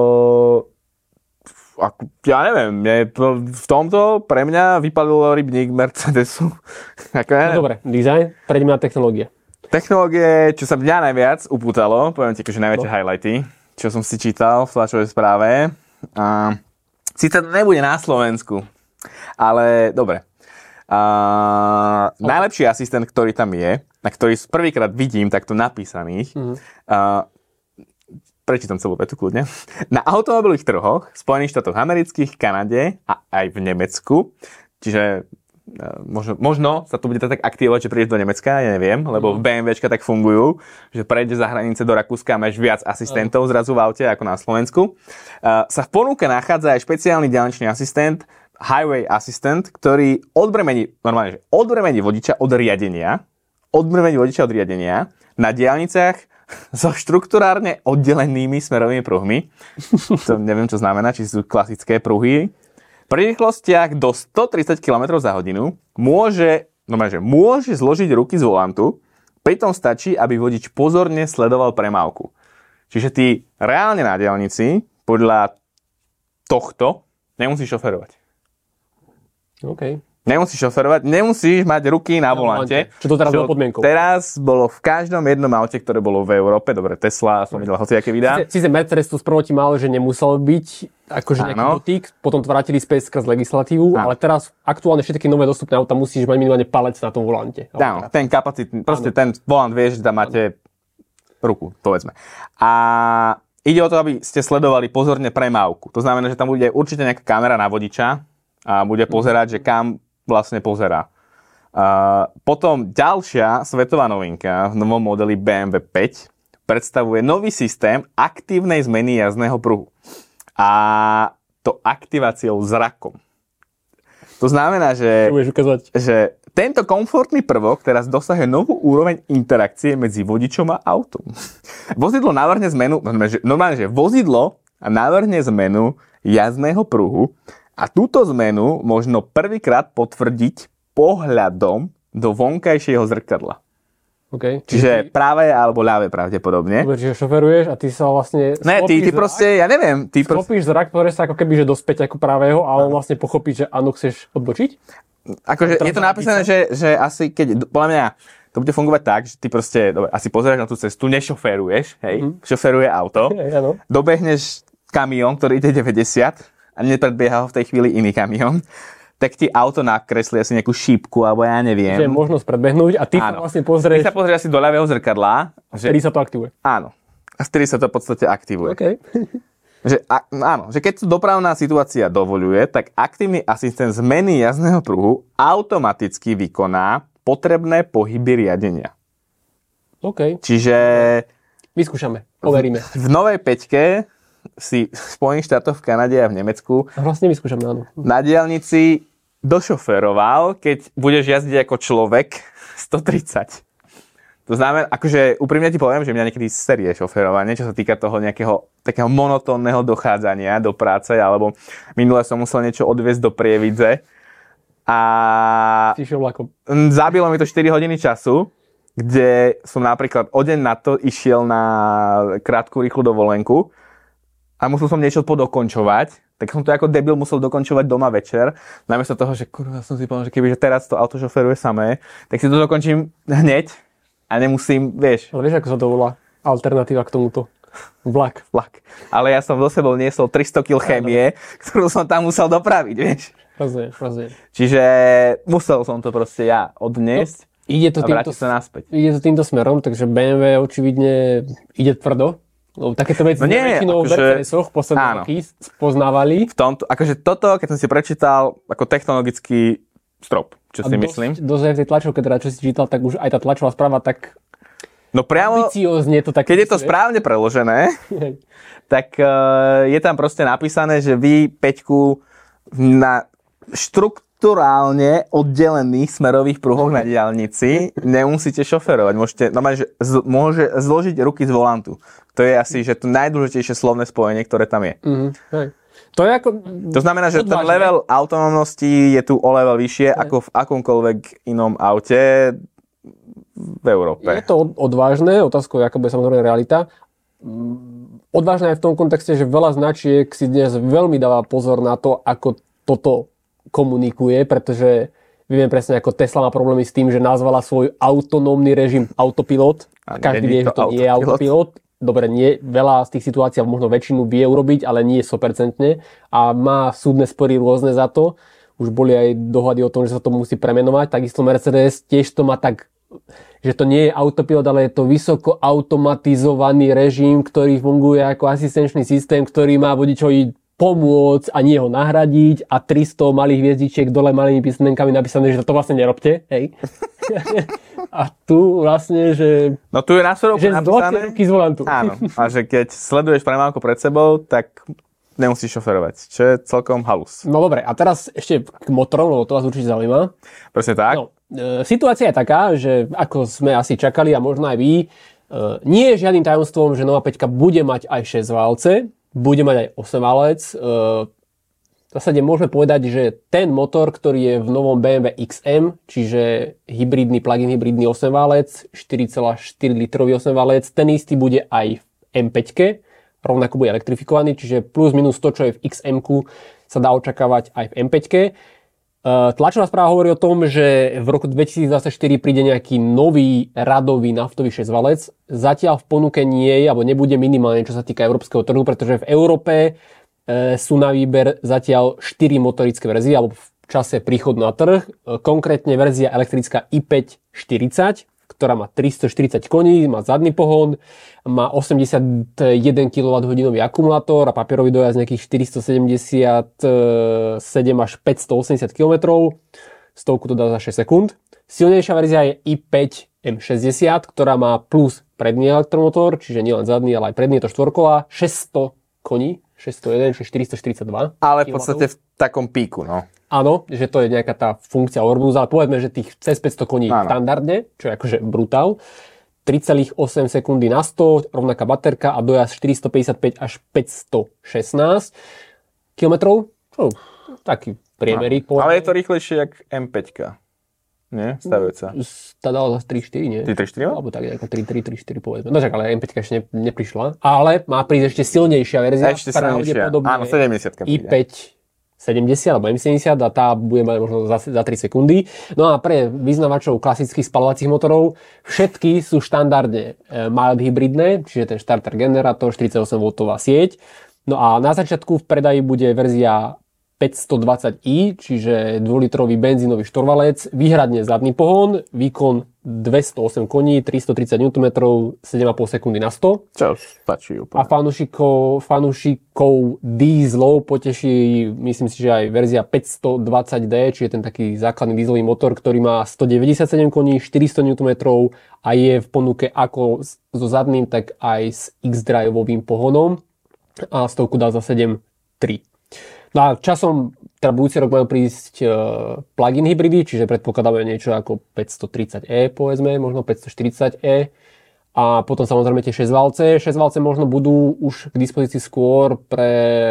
ja neviem, v tomto pre mňa vypadol rybník Mercedesu. No dobre, dizajn, prejdeme na technológie. Technológie, čo sa mňa najviac upútalo, poviem ti, že najväčšie highlighty, čo som si čítal v tlačovej správe. Sice to nebude na Slovensku, ale dobre. Najlepší asistent, ktorý tam je, na ktorý prvýkrát vidím takto napísaných, prečítam celú vetu kľudne, na automobilových trhoch Spojených štátoch amerických, Kanade a aj v Nemecku, čiže možno sa to bude tak aktivovať, že prídeš do Nemecka, ja neviem, lebo v BMWčka tak fungujú, že prejdeš za hranice do Rakúska a máš viac asistentov zrazu v aute ako na Slovensku. Sa v ponuke nachádza aj špeciálny diaľničný asistent, Highway Assistant, ktorý odbremení vodiča od riadenia na diaľnicách so štruktúrárne oddelenými smerovými pruhmi. To neviem, čo znamená, či sú klasické pruhy. Pri rýchlostiach do 130 km za hodinu môže zložiť ruky z volantu, pritom stačí, aby vodič pozorne sledoval premávku. Čiže ty reálne na diaľnici podľa tohto nemusíš šoferovať. OK. Nemusíš šoferovať, nemusíš mať ruky na volante. Čo to teraz bolo podmienkou? Teraz bolo v každom jednom aute, ktoré bolo v Európe, dobre, Tesla, som videl hociaké videá. Sice Mercedes tu sprvoti mal, že nemusel byť akože nejaký dotyk, potom to vrátili späť skrz legislatívu, ale teraz aktuálne všetky nové dostupné auta musíš mať minimálne palec na tom volante. Áno, ten kapacitný, proste ten volant vie, že tam máte ruku, povedzme. A ide o to, aby ste sledovali pozorne premávku. To znamená, že tam bude určite nejaká kamera na vodiča a bude pozerať, že kam vlastne pozerá. Potom ďalšia svetová novinka v novom modeli BMW 5 predstavuje nový systém aktívnej zmeny jazdného pruhu. A to aktiváciou zrakom. To znamená, že tento komfortný prvok teraz dosahuje novú úroveň interakcie medzi vodičom a autom. Vozidlo navrhne zmenu, normálne, že vozidlo navrhne zmenu jazdného pruhu a túto zmenu možno prvýkrát potvrdiť pohľadom do vonkajšieho zrkadla. Okay. Čiže pravé alebo ľavé pravdepodobne. Čiže šoferuješ a ty sa vlastne... Ne, ty proste, ja neviem. Sklopíš zrak, pozrieš sa ako keby, že dospäť ako pravého a on vlastne pochopí, že áno, chceš odbočiť? Akože je to napísané, že asi keď, podľa mňa, to bude fungovať tak, že ty proste, dobre, asi pozeráš na tú cestu, nešoferuješ, hej, šoferuje auto, dobehneš kamión, ktorý ide 90 a nepredbieha ho v tej chvíli iný kamión, tak ti auto nakreslí asi nejakú šípku, alebo ja neviem. Že je možnosť predbehnúť a ty sa vlastne pozrieš... Ty sa pozrieš asi do ľavého zrkadla. Vtedy sa to aktivuje. Áno. A vtedy sa to v podstate aktivuje. Okay. Áno, že keď dopravná situácia dovoľuje, tak aktívny asistent zmeny jazdného pruhu automaticky vykoná potrebné pohyby riadenia. OK. Čiže... Vyskúšame, overíme. V novej 5-ke si v Spojených štátoch, v Kanade a v Nemecku vlastne vyskúšame, áno. Na diaľnici došoferoval, keď budeš jazdiť ako človek 130. To znamená, akože úprimne ti poviem, že mňa niekedy série šoferovanie, čo sa týka toho nejakého takého monotónneho dochádzania do práce, alebo minule som musel niečo odviesť do Prievidze a zabilo mi to 4 hodiny času, kde som napríklad o deň na to išiel na krátku rýchlu dovolenku a musel som niečo podokončovať, tak som to ako debil musel dokončovať doma večer. Namiesto toho, že kurva, som si povedal, že kebyže teraz to auto šoferuje samé, tak si to dokončím hneď a nemusím, vieš. Ale vieš, ako sa to volá? Alternatíva k tomuto. Vlak. Ale ja som do sebou niesol 300 kg chémie, ktorú som tam musel dopraviť, vieš. Rozumiem. Čiže musel som to proste ja odniesť a vrátiť sa naspäť. Ide to týmto smerom, takže BMW očividne ide tvrdo. No, takéto veci väčšinou v Mercedesoch posledné roky spoznávali. V tomto, akože toto, keď som si prečítal, ako technologický strop, čo si myslím. Dosť aj v tej tlačovke, teda čo si čítal, tak už aj tá tlačová správa tak priamo, ambiciozne to tak... keď je to správne preložené, tak je tam proste napísané, že vy 5-ku na štruktúrálne oddelených smerových pruhoch na diaľnici nemusíte šoferovať. Môže zložiť ruky z volantu. To je asi že to najdôležitejšie slovné spojenie, ktoré tam je. To je ako... To znamená, že ten level autonómnosti je tu o level vyššie ako v akomkoľvek inom aute v Európe. Je to odvážne, otázkou je, aká bude samozrejme realita. Odvážne aj v tom kontexte, že veľa značiek si dnes veľmi dáva pozor na to, ako toto komunikuje, pretože viem presne, ako Tesla má problémy s tým, že nazvala svoj autonómny režim autopilot. Každý vie, že to nie je autopilot. Dobre, nie, veľa z tých situácií, možno väčšinu vie urobiť, ale nie 100%. A má súdne spory rôzne za to. Už boli aj dohady o tom, že sa to musí premenovať. Takisto Mercedes tiež to má tak, že to nie je autopilot, ale je to vysoko automatizovaný režim, ktorý funguje ako asistenčný systém, ktorý má vodičovi pomôcť a nie ho nahradiť a 300 malých hviezdičiek dole malými písmenkami napísané, že to vlastne nerobte, hej. A tu vlastne, že... No tu je na sorovku napísané. Ruky z volantu. Áno, a že keď sleduješ premávku pred sebou, tak nemusíš šoferovať, čo je celkom halus. No dobre, a teraz ešte k motorom, lebo to vás určite zaujíma. Presne tak. No, situácia je taká, že ako sme asi čakali a možno aj vy, nie je žiadnym tajomstvom, že nová 5 bude mať aj 6 válce, bude mať aj 8 válec. V zásade môžeme povedať, že ten motor, ktorý je v novom BMW XM, čiže hybridný, plug-in hybridný 8 válec, 4,4 litrový 8 válec, ten istý bude aj v M5, rovnako bude elektrifikovaný, čiže plus minus to, čo je v XM-ku, sa dá očakávať aj v M5. Tlačová správa hovorí o tom, že v roku 2024 príde nejaký nový radový naftový 6-valec. Zatiaľ v ponuke nie je, alebo nebude minimálne, čo sa týka európskeho trhu, pretože v Európe sú na výber zatiaľ 4 motorické verzie, alebo v čase príchodu na trh. Konkrétne verzia elektrická i5 40, ktorá má 340 koní, má zadný pohon, má 81 kWh akumulátor a papierový dojazd nejakých 477 až 580 km. Stovku to dá za 6 sekúnd. Silnejšia verzia je i5 M60, ktorá má plus predný elektromotor, čiže nielen zadný, ale aj predný, je to štvorkola, 600 koní, 601, čiže 442. Ale v podstate v takom píku, no. Áno, že to je nejaká tá funkcia Orbus, ale povedzme, že tých cez 500 koní štandardne, čo je akože brutál. 3,8 sekundy na 100, rovnaká baterka a dojazd 455 až 516 km. Taký priemerík. No. Ale je to rýchlejšie jak M5. Nie? Stavujúca. Tá dala zase 3,4, nie? 3,4? Alebo tak, ako 3,4 povedzme. No čak, ale M5 ešte neprišla. Ale má prísť ešte silnejšia verzia. Ešte silnejšia. Áno, 70 i5 70 alebo M70 a tá bude mať možno za 3 sekundy. No a pre vyznavačov klasických spaľovacích motorov všetky sú štandardne mild hybridné, čiže ten starter generátor, 48V sieť. No a na začiatku v predaji bude verzia 520i, čiže 2-litrový benzínový štvorvalec, výhradne zadný pohon, výkon 208 koní, 330 Nm, 7,5 sekundy na 100. Čo stačí úplne. A fanúšikov dieselov poteší, myslím si, že aj verzia 520D, čiže ten taký základný dieselový motor, ktorý má 197 koní, 400 Nm a je v ponuke ako so zadným, tak aj s X-driveovým pohonom a stovku dá za 7,3. No a časom, teda budúci rok majú prísť plug-in hybridy, čiže predpokladáme niečo ako 530e, povedzme, možno 540e. A potom samozrejme tie 6-valce. 6-valce možno budú už k dispozícii skôr pre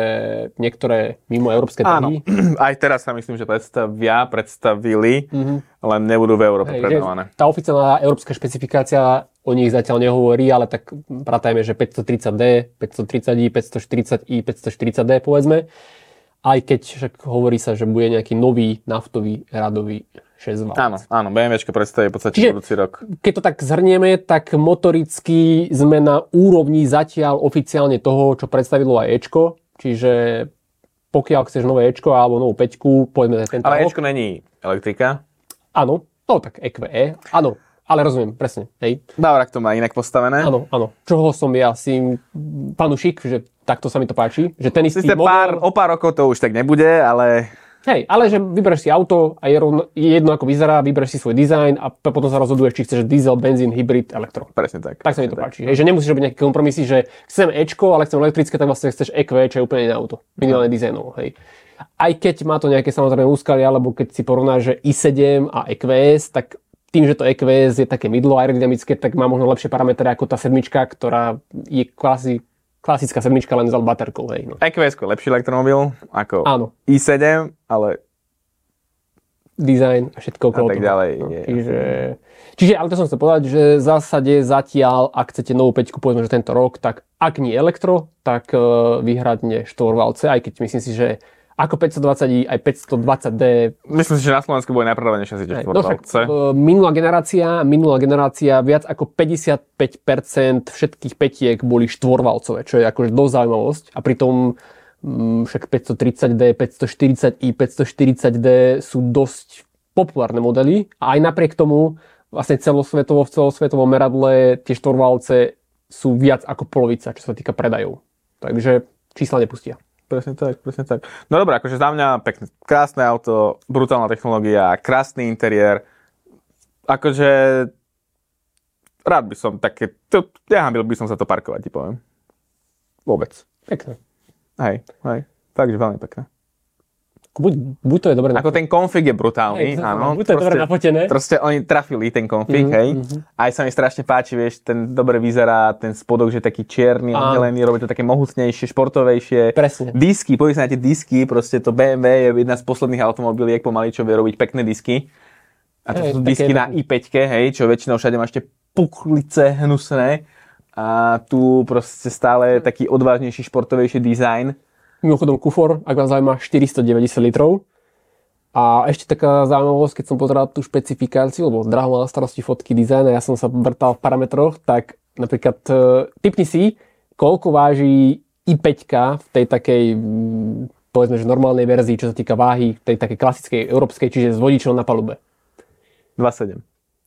niektoré mimo európske trhy. Áno, aj teraz sa myslím, že predstavili, len nebudú v Európe predávané. Tá oficiálna európska špecifikácia o nich zatiaľ nehovorí, ale tak pratajme, že 530D, 530i, 540i, 540D povedzme. Aj keď však hovorí sa, že bude nejaký nový naftový radový 6-valec. Áno, BMWčko predstaví v podstate budúci rok. Keď to tak zhrnieme, tak motoricky sme na úrovni zatiaľ oficiálne toho, čo predstavilo aj Ečko. Čiže pokiaľ chceš nové Ečko alebo novú 5, poďme na tento rok. Ale Ečko není elektrika? Áno, no tak EQE, áno. Ale rozumiem, presne, hej. Dávrak to má inak postavené. Áno. Čoho som ja si fanúšik, že takto sa mi to páči. Že ten istý model... O pár rokov to už tak nebude, ale... Hej, ale že vybereš si auto a je jedno ako vyzerá, vybereš si svoj dizajn a potom sa rozhoduješ, či chceš diesel, benzín, hybrid, elektro. Presne tak. Tak sa mi to páči. Hej, že nemusíš robiť nejaké kompromisy, že chcem Ečko, ale chcem elektrické, tak vlastne chceš EQ, čo je úplne iné auto. Minimálne dizajnovo, hej. Aj keď má to nejaké samozrejme úskalia, alebo keď si porovnáš, že i7 a EQS, tak tým, že to EQS je také mydlo aerodynamické, tak má možno lepšie parametre ako tá sedmička, ktorá je klasická sedmička len s baterkou. Hej, no. EQS je lepší elektromobil ako i7, ale design a všetko okolo a tak ďalej. No, čiže, ale to som chcel povedať, že v zásade zatiaľ, ak chcete novú 5, povedzme, že tento rok, tak ak nie elektro, tak výhradne štvorvalce, aj keď myslím si, že ako 520i, aj 520D. Myslím si, že na Slovensku bude najpredávanejšia si tie štvorvalce. Minulá generácia, viac ako 55% všetkých petiek boli štvorvalcové, čo je akože dosť zaujímavosť. A pritom však 530D, 540i, 540D sú dosť populárne modely. A aj napriek tomu vlastne v celosvetovom meradle tie štvorvalce sú viac ako polovica, čo sa týka predajov. Takže čísla nepustia. Presne tak. No dobré, akože za mňa pekné, krásne auto, brutálna technológia, krásny interiér. Akože rád by som také, nehambil by som sa to parkovať, ti poviem. Vôbec. Pekné. Hej, takže veľmi pekné. Buď to je dobre ako ten config je brutálny, áno. Buď to je dobre nafotené. Proste oni trafili ten config, hej. Aj sa mi strašne páči, vieš, ten dobre vyzerá, ten spodok, že taký čierny, oddelený, robí to také mohutnejšie, športovejšie. Presne. Disky, poďme sa na tie disky, proste to BMW je jedna z posledných automobiliek pomaly, čo vie robiť pekné disky. A to sú disky na i5, hej, čo väčšinou všade máš tie puklice hnusné. A tu proste stále taký odvážnejší, športovejší dizajn. Mimochodom kufor, ak vás zaujíma, 490 litrov. A ešte taká zaujímavosť, keď som pozeral tú špecifikáciu, lebo Draho mal na starosti fotky, dizajn a ja som sa vrtal v parametroch, tak napríklad tipni si, koľko váži i5 v tej takej, povedzme, že normálnej verzii, čo sa týka váhy, tej takej klasickej európskej, čiže s vodičom na palube. 2,7.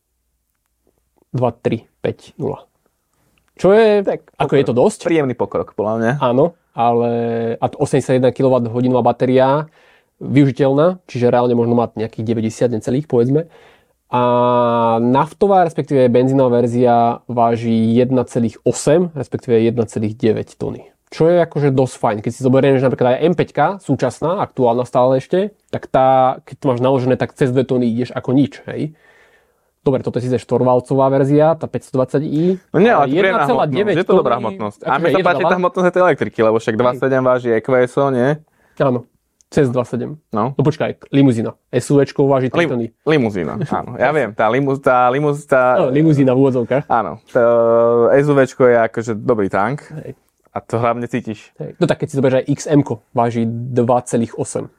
2,3, 5, 0. Čo je, tak, ako je to dosť? Príjemný pokrok, podľa mňa. Áno, ale 81 kWh batéria využiteľná, čiže reálne možno mať nejakých 90 necelých, povedzme. A naftová, respektíve benzínová verzia váži 1,8, respektíve 1,9 tony. Čo je akože dosť fajn. Keď si zoberieme, že napríklad aj M5 súčasná, aktuálna stále ešte, tak tá, keď to máš naložené, tak cez 2 tony ideš ako nič, hej. Dobre, toto je síce štvorvalcová verzia, tá 520i. No nie, ale 1,9 je to dobrá hmotnosť. A mi sa páči tá hmotnosť tej elektriky, lebo však 2,7 váži EQSO, nie? Áno, cez 2,7. No Počkaj, limuzína. SUVčko váži 3 tony. Limuzína, áno. Ja viem, tá limuzína v úvodzovkách. Áno, to SUVčko je akože dobrý tank. Hej. A to hlavne cítiš. Hej. No tak keď si zoberieš aj XM-ko, váži 2,8.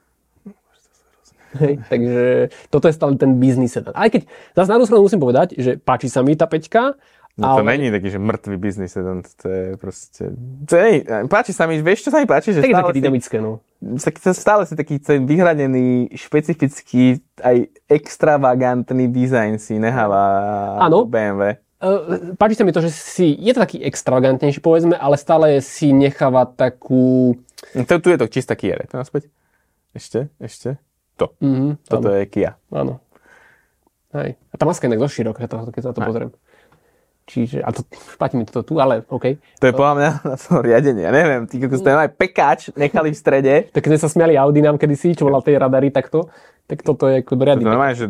Hej, takže toto je stále ten biznis sedan. Aj keď zase na druhú stranu musím povedať, že páči sa mi tá 5. No to není taký, že mŕtvý biznis sedan, to je proste... Páči sa mi, vieš čo sa mi páči? Že tak je také dynamické, no. Stále si taký vyhranený, špecifický, aj extravagantný dizajn si neháva BMW. Páči sa mi to, že je to taký extravagantnejší, povedzme, ale stále si necháva takú... Tu je to čistá Kia, to naspäť. Ešte. To. Toto je Kia. Áno. Hej. A tá maska je inak dosť široká, keď sa to pozriem. Čiže, a to, páči mi to tu, ale OK. To je podľa mňa na to riadenie. Ja neviem, tí, ako ste aj pekáč nechali v strede. Tak keď sme sa smiali Audi nám kedysi, čo bola v tej radari takto, tak toto je ako riadný. To normálne, že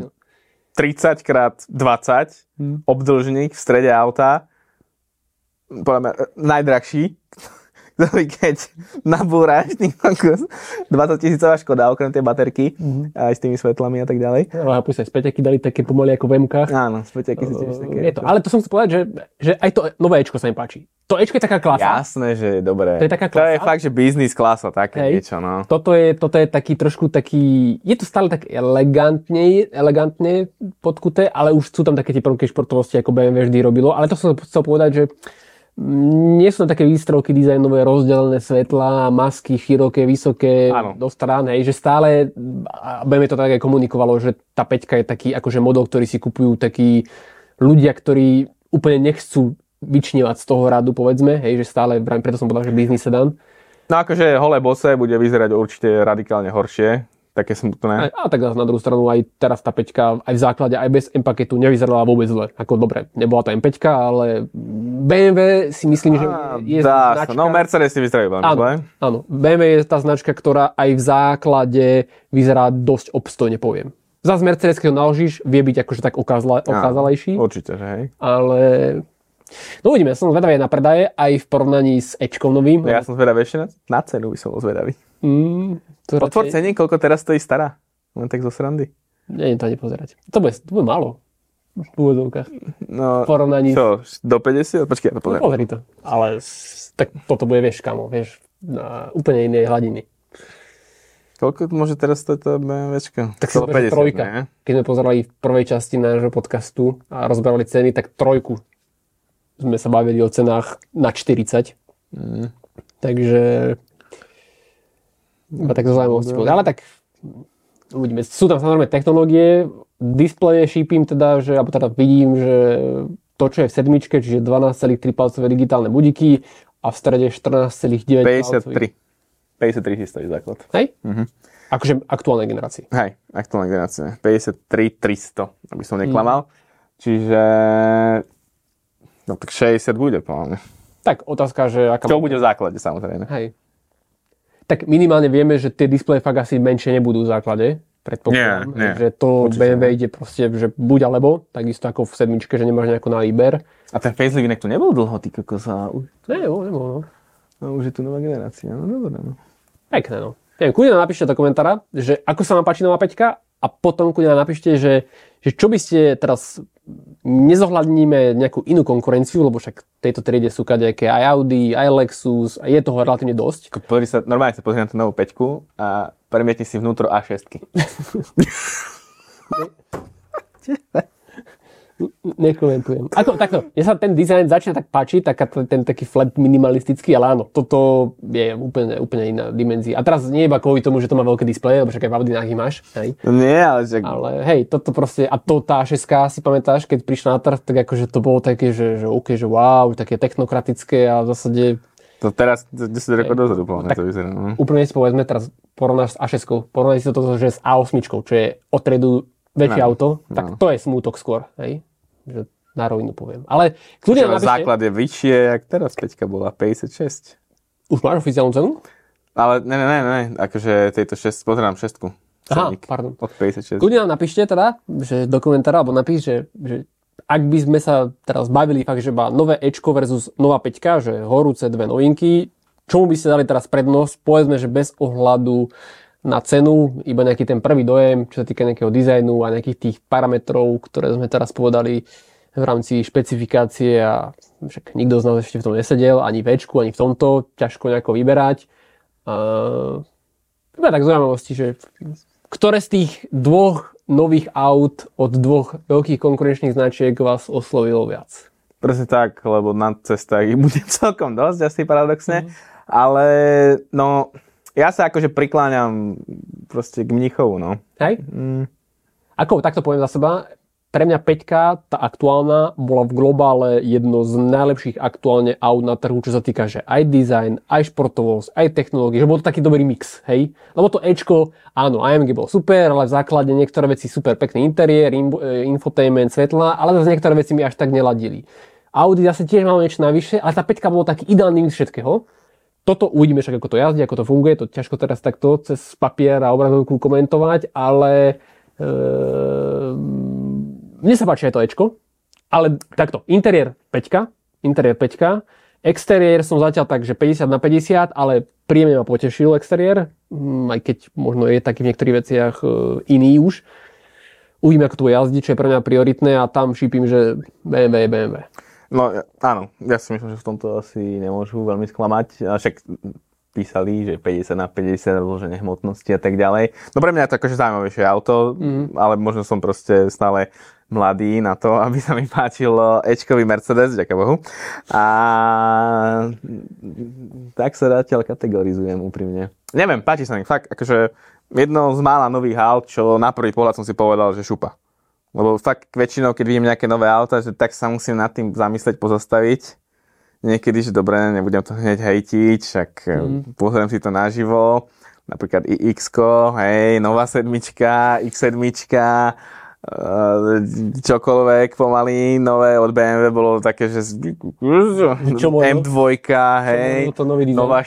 30x20 obdĺžnik v strede auta. Podľa mňa najdrahší. Ktorý keď nabúraš 20 000 Škoda, okrem tej baterky, aj s tými svetlami a tak ďalej. No a plus aj späťaky dali také pomaly ako v MK. Áno, späťaky sú tiež také. Je to, ale to som chcel povedať, že aj to nové Ečko sa mi páči. To Ečko je taká klasa. Jasné, že je dobré. To je taká klasa. To je fakt, že business klasa, také niečo, no. Toto je taký trošku taký, je to stále tak elegantne podkuté, ale už sú tam také tie prvky športovosti, ako BMW vždy robilo. Ale to som chcel povedať, že nie sú tam také výstrovky dizajnové, rozdelené svetlá, masky, široké, vysoké, do strán, hej, že stále, BMW to tak aj komunikovalo, že tá 5 je taký akože model, ktorý si kupujú takí ľudia, ktorí úplne nechcú vyčnievať z toho radu, povedzme, hej, že stále, preto som povedal, že business sedan. No akože holé bose bude vyzerať určite radikálne horšie. Také smutné. A tak na druhú stranu aj teraz tá 5 aj v základe, aj bez M-paketu nevyzerala vôbec zle. Ako dobre, nebola to M5, ale BMW si myslím, že je značka... No Mercedes si vyzerajú veľmi zle. Áno, BMW je tá značka, ktorá aj v základe vyzerá dosť obstojne, poviem. Zas Mercedes, keď ho naložíš, vie byť akože tak okázalejší. Určite, že hej. Ale... No uvidíme, ja som zvedavý na predaje, aj v porovnaní s Ečkom novým. Ja som zvedavý ešte na cenu, by som bol zvedavý. Otvor ceník, koľko teraz stojí stará? Len tak zo srandy. Neviem to ani pozerať. To bude málo. V úvodzovkách. No, v porovnaní... Čo, do 50? Počkej, ja to pozerám. No, pozri to. Ale tak toto bude, vieš, kamo, vieš, na úplne inej hladiny. Koľko môže teraz toto BMWčko? Tak si 50, trojka. Ne? Keď sme pozerali v prvej časti nášho podcastu a rozbrali ceny, tak trojku sme sa bavili o cenách na 40. Takže... Iba tak zo zaujímavosti. Ale tak uvidíme. Sú tam samozrejme technológie, displeje šípim teda, alebo teda vidím, že to, čo je v sedmičke, čiže 12,3 palcové digitálne budiky a v strede 14,9 53. 53 stojí základ. Hej? Akože aktuálnej generácii. Hej, aktuálna generácia. 53 300, aby som neklamal. Čiže... No tak 60 bude, poviem. Tak otázka, že... Čo bude v základe, samozrejme. Hej. Tak minimálne vieme, že tie displeje fakt asi menšie nebudú v základe. Predpokladám. Nie. Že to Určite BMW ide proste, že buď alebo, takisto ako v 7, že nemáš nejako na výber. A ten facelift inak tu nebol dlho, ty kokosa. Nebol, no. No už je tu nová generácia, no dobré, no. Pekné, no. Neviem, kľudne nám napíšte do komentára, že ako sa vám páči nová 5 a potom kľudne nám napíšte, že čo by ste teraz nezohľadníme nejakú inú konkurenciu, lebo však v tejto triede sú kadejaké aj Audi, aj Lexus a je toho relatívne dosť. Normálne sa pozri na tú novú 5 a premietni si vnútro A6. Nekomentujem. Takto, mne sa ten dizajn začne tak páčiť, ten taký flat minimalistický, ale áno, toto je úplne iná dimenzia. A teraz nie iba kvôli tomu, že to má veľké displeje, lebo však aj v Audinách ich máš. Hej. Nie, ale... Ale hej, toto proste, a to tá 6 si pamätáš, keď prišla na trh, tak akože to bolo také, že OK, že wow, také technokratické a v zásade... To teraz 10 rokov dozadu, plne to vyzerá. No. Úplne si povedzme, teraz porovnáš s A6, porovnáš si to, že s A8, čo je od triedu väčšie auto, tak to je smútok skôr, hej. Že na rovinu poviem. Ale kľudne napíšte... Základ je vyššie, jak teraz 5 bola, 56. Už máš oficiálnu cenu? Ale ne, akože tejto 6, pozerám 6. Aha, pardon. Od 56. Kľudne nám napíšte teda, že do komentára, alebo napíš, že ak by sme sa teraz bavili fakt, že má nové Ečko versus nová 5, že horúce dve novinky, čomu by ste dali teraz prednosť? Povedzme, že bez ohľadu na cenu, iba nejaký ten prvý dojem, čo sa týka nejakého dizajnu a nejakých tých parametrov, ktoré sme teraz povedali v rámci špecifikácie a však nikto z nás ešte v tom nesedel, ani v Ečku, ani v tomto, ťažko nejako vyberať. Iba tak zaujímavosti, že ktoré z tých dvoch nových aut od dvoch veľkých konkurenčných značiek vás oslovilo viac? Presne tak, lebo na cestách ich bude celkom dosť, asi paradoxne, ale no... Ja sa akože prikláňam proste k Mnichovu, no. Hej? Ako, takto poviem za seba, pre mňa 5, tá aktuálna, bola v globále jedno z najlepších aktuálne aut na trhu, čo sa týka, že aj design, aj športovosť, aj technológie, že bol to taký dobrý mix, hej? Lebo to Ečko, áno, AMG bol super, ale v základe niektoré veci super, pekný interiér, infotainment, svetla, ale zase niektoré veci mi až tak neladili. Audi zase tiež malo niečo navyše, ale tá 5 bola taký ideálny mix všetkého. Toto uvidíme však, ako to jazdí, ako to funguje, to ťažko teraz takto cez papier a obrazovku komentovať, ale mne sa páči aj to Ečko, ale takto, interiér 5, exteriér som zatiaľ tak, že 50/50, ale príjemne ma potešil exteriér, aj keď možno je taký v niektorých veciach iný už. Uvidíme, ako to bude jazdiť, čo je pre mňa prioritné a tam šípim, že BMW. No áno, ja si myslím, že v tomto asi nemôžu veľmi sklamať. A však písali, že 50/50 rozloženie hmotnosti a tak ďalej. No pre mňa je to akože zaujímavejšie auto, ale možno som proste stále mladý na to, aby sa mi páčil Ečkový Mercedes, ďaká Bohu. A tak sa zatiaľ kategorizujem úprimne. Neviem, páči sa mi fakt, akože jedno z mála nových aut, čo na prvý pohľad som si povedal, že šupa. Lebo fakt väčšinou, keď vidím nejaké nové auta, že tak sa musím nad tým zamyslieť, pozastaviť. Niekedy, že dobre, nebudem to hneď hejtiť, však pozriem si to naživo. Napríklad iX-ko, hej, nová 7, X7, čokoľvek pomaly, nové od BMW bolo také, že M2, hej, nová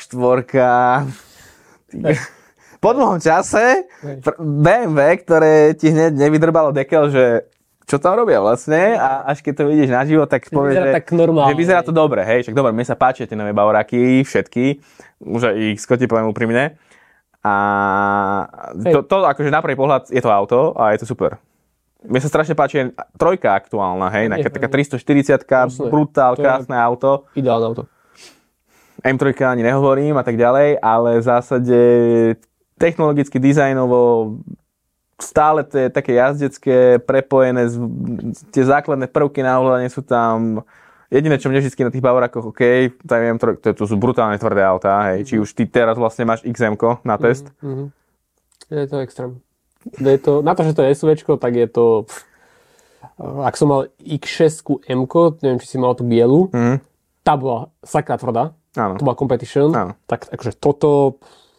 4. Po dlhom čase BMW, ktoré ti hneď nevydrbalo dekel, že čo tam robia vlastne a až keď to vidíš naživo, tak povieš, že vyzerá to dobre, hej, však dobre, mne sa páčia tie nové Bavoráky, všetky, už aj X-ko ti poviem úprimne a to akože na prvý pohľad je to auto a je to super. Mne sa strašne páči trojka aktuálna, hej, taká 340-ka, brutál, krásne auto. Ideálne auto. M3 ani nehovorím a tak ďalej, ale v zásade technologicky, dizajnovo stále to je také jazdecké, prepojené, tie základné prvky na ovládanie sú tam. Jediné, čo mne vždy na tých Bavorákoch, OK, to sú brutálne tvrdé autá, hej. Či už ty teraz vlastne máš XM-ko na test. Je to extrém. Na to, že to je SUVčko, tak je to... Ak som mal X6 M-ko, neviem, či si mal tú bielu, tá bola sakra tvrdá. Áno. To bola competition. Áno. Tak akože toto...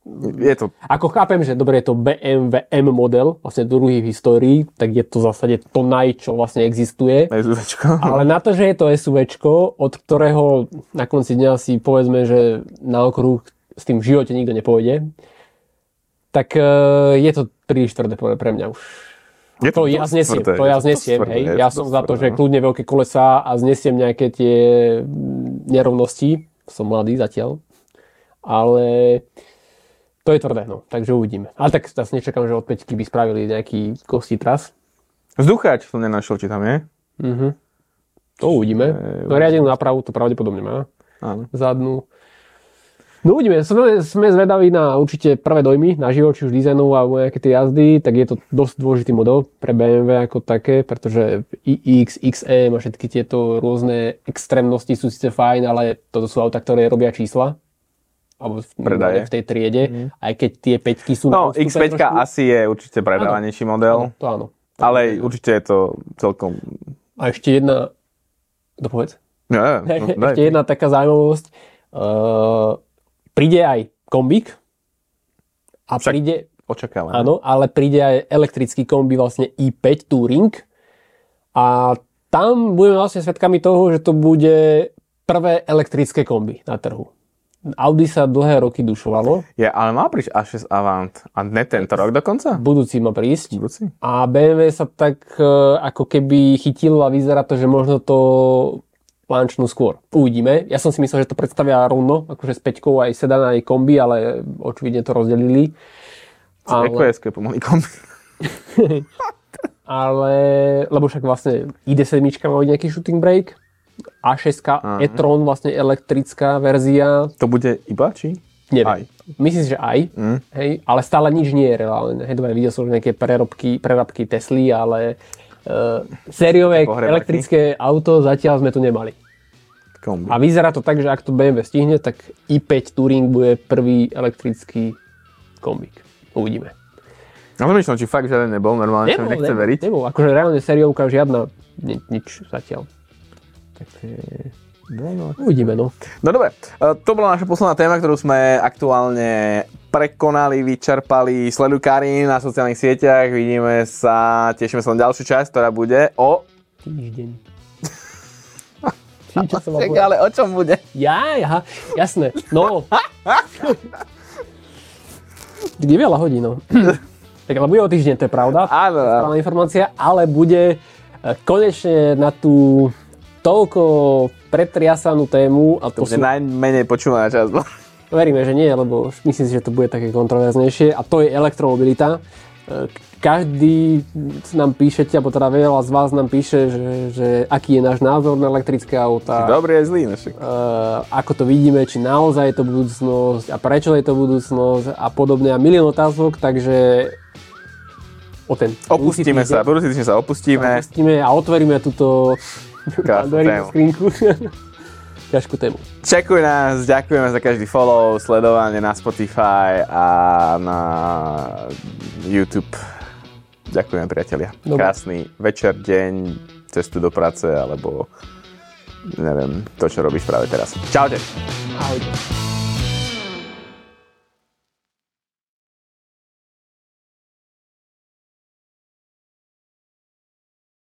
Je to... Ako chápem, že dobre je to BMW M model, vlastne druhý v histórii, tak je to v zásade to čo vlastne existuje. SUVčko. Ale na to, že je to SUVčko, od ktorého na konci dňa si povedzme, že na okruh s tým v živote nikto nepôjde, tak je to príliš tvrdé pre mňa už. To ja znesiem, hej. Ja som za to, že kľudne veľké kolesá a znesiem nejaké tie nerovnosti. Som mladý zatiaľ. Ale to je tvrdé, no. Takže uvidíme. Ale tak zase nečakám, že od 5 by spravili nejaký kostí tras. Vzduchač som nenašiel, či tam je. To uvidíme. No riadenú nápravu to pravdepodobne má. Áno. Zadnú. No uvidíme, sme zvedaví na určite prvé dojmy na živo, či už dizajnov alebo nejaké tie jazdy, tak je to dosť dôležitý model pre BMW ako také, pretože iX, XM a všetky tieto rôzne extrémnosti sú síce fajn, ale toto sú auta, ktoré robia čísla. Alebo v tej triede, aj keď tie 5-ky sú... No, X5 asi je určite predávanejší model. To áno. Ale určite je to celkom... A ešte jedna... Dopovedz. Ja, ešte jedna taká zaujímavosť. Príde aj kombík a však príde... Očakávam. Áno, ale príde aj elektrický kombi vlastne i5 Touring a tam budeme vlastne svedkami toho, že to bude prvé elektrické kombi na trhu. Audi sa dlhé roky dušovalo. Ale má prísť A6 Avant a ne tento rok dokonca? Budúci má prísť. Budúci? A BMW sa tak ako keby chytilo a vyzerá to, že možno to launchnú skôr. Uvidíme. Ja som si myslel, že to predstavia rovno, akože s 5-kou aj sedan, aj kombi, ale očividne to rozdelili. EQS-ke pomaly kombi. Ale, lebo však vlastne ID7 má nejaký shooting brake, A6 e-tron, vlastne elektrická verzia. To bude iba, či? Neviem. Myslím, že aj. Hej, ale stále nič nie je reálne. Hej, dobre, videl som nejaké prerabky Tesly, ale sériové elektrické auto zatiaľ sme tu nemali. Kombi. A vyzerá to tak, že ak to BMW stihne, tak i5 Touring bude prvý elektrický kombík. Uvidíme. No to či fakt žiaden nebol, normálne som nechce veriť. Nebol, akože reálne sériovka žiadna, nič zatiaľ. Tak uvidíme, no. No dobre, to bola naša posledná téma, ktorú sme aktuálne prekonali, vyčerpali. Sleduj Karin na sociálnych sieťach, vidíme sa, tešíme sa na ďalšiu časť, ktorá bude o... Týždeň. Ale o čom bude? Aha, jasné, no. Kde veľa hodín, no. Tak ale bude o týždeň, to je pravda. Áno. Správna informácia, ale bude konečne na tú toľko pretriasanú tému. A to bude najmenej počúvaná časť. Veríme, že nie, lebo myslím si, že to bude také kontroverznejšie. A to je elektromobilita. Každý nám píšete, alebo teda veľa z vás nám píše, že aký je náš názor na elektrické autá. Dobrý je zlý, ako to vidíme, či naozaj je to budúcnosť a prečo je to budúcnosť a podobne a milión otázok, takže opustíme sa, budúci týždeň sa opustíme a otvoríme túto skrinku. Ťažkú tému. Čekuj nás, ďakujeme za každý follow, sledovanie na Spotify a na YouTube. Ďakujem, priatelia. Dobre. Krásny večer, deň, cestu do práce, alebo neviem, to, čo robíš práve teraz. Čaute. Ahojte.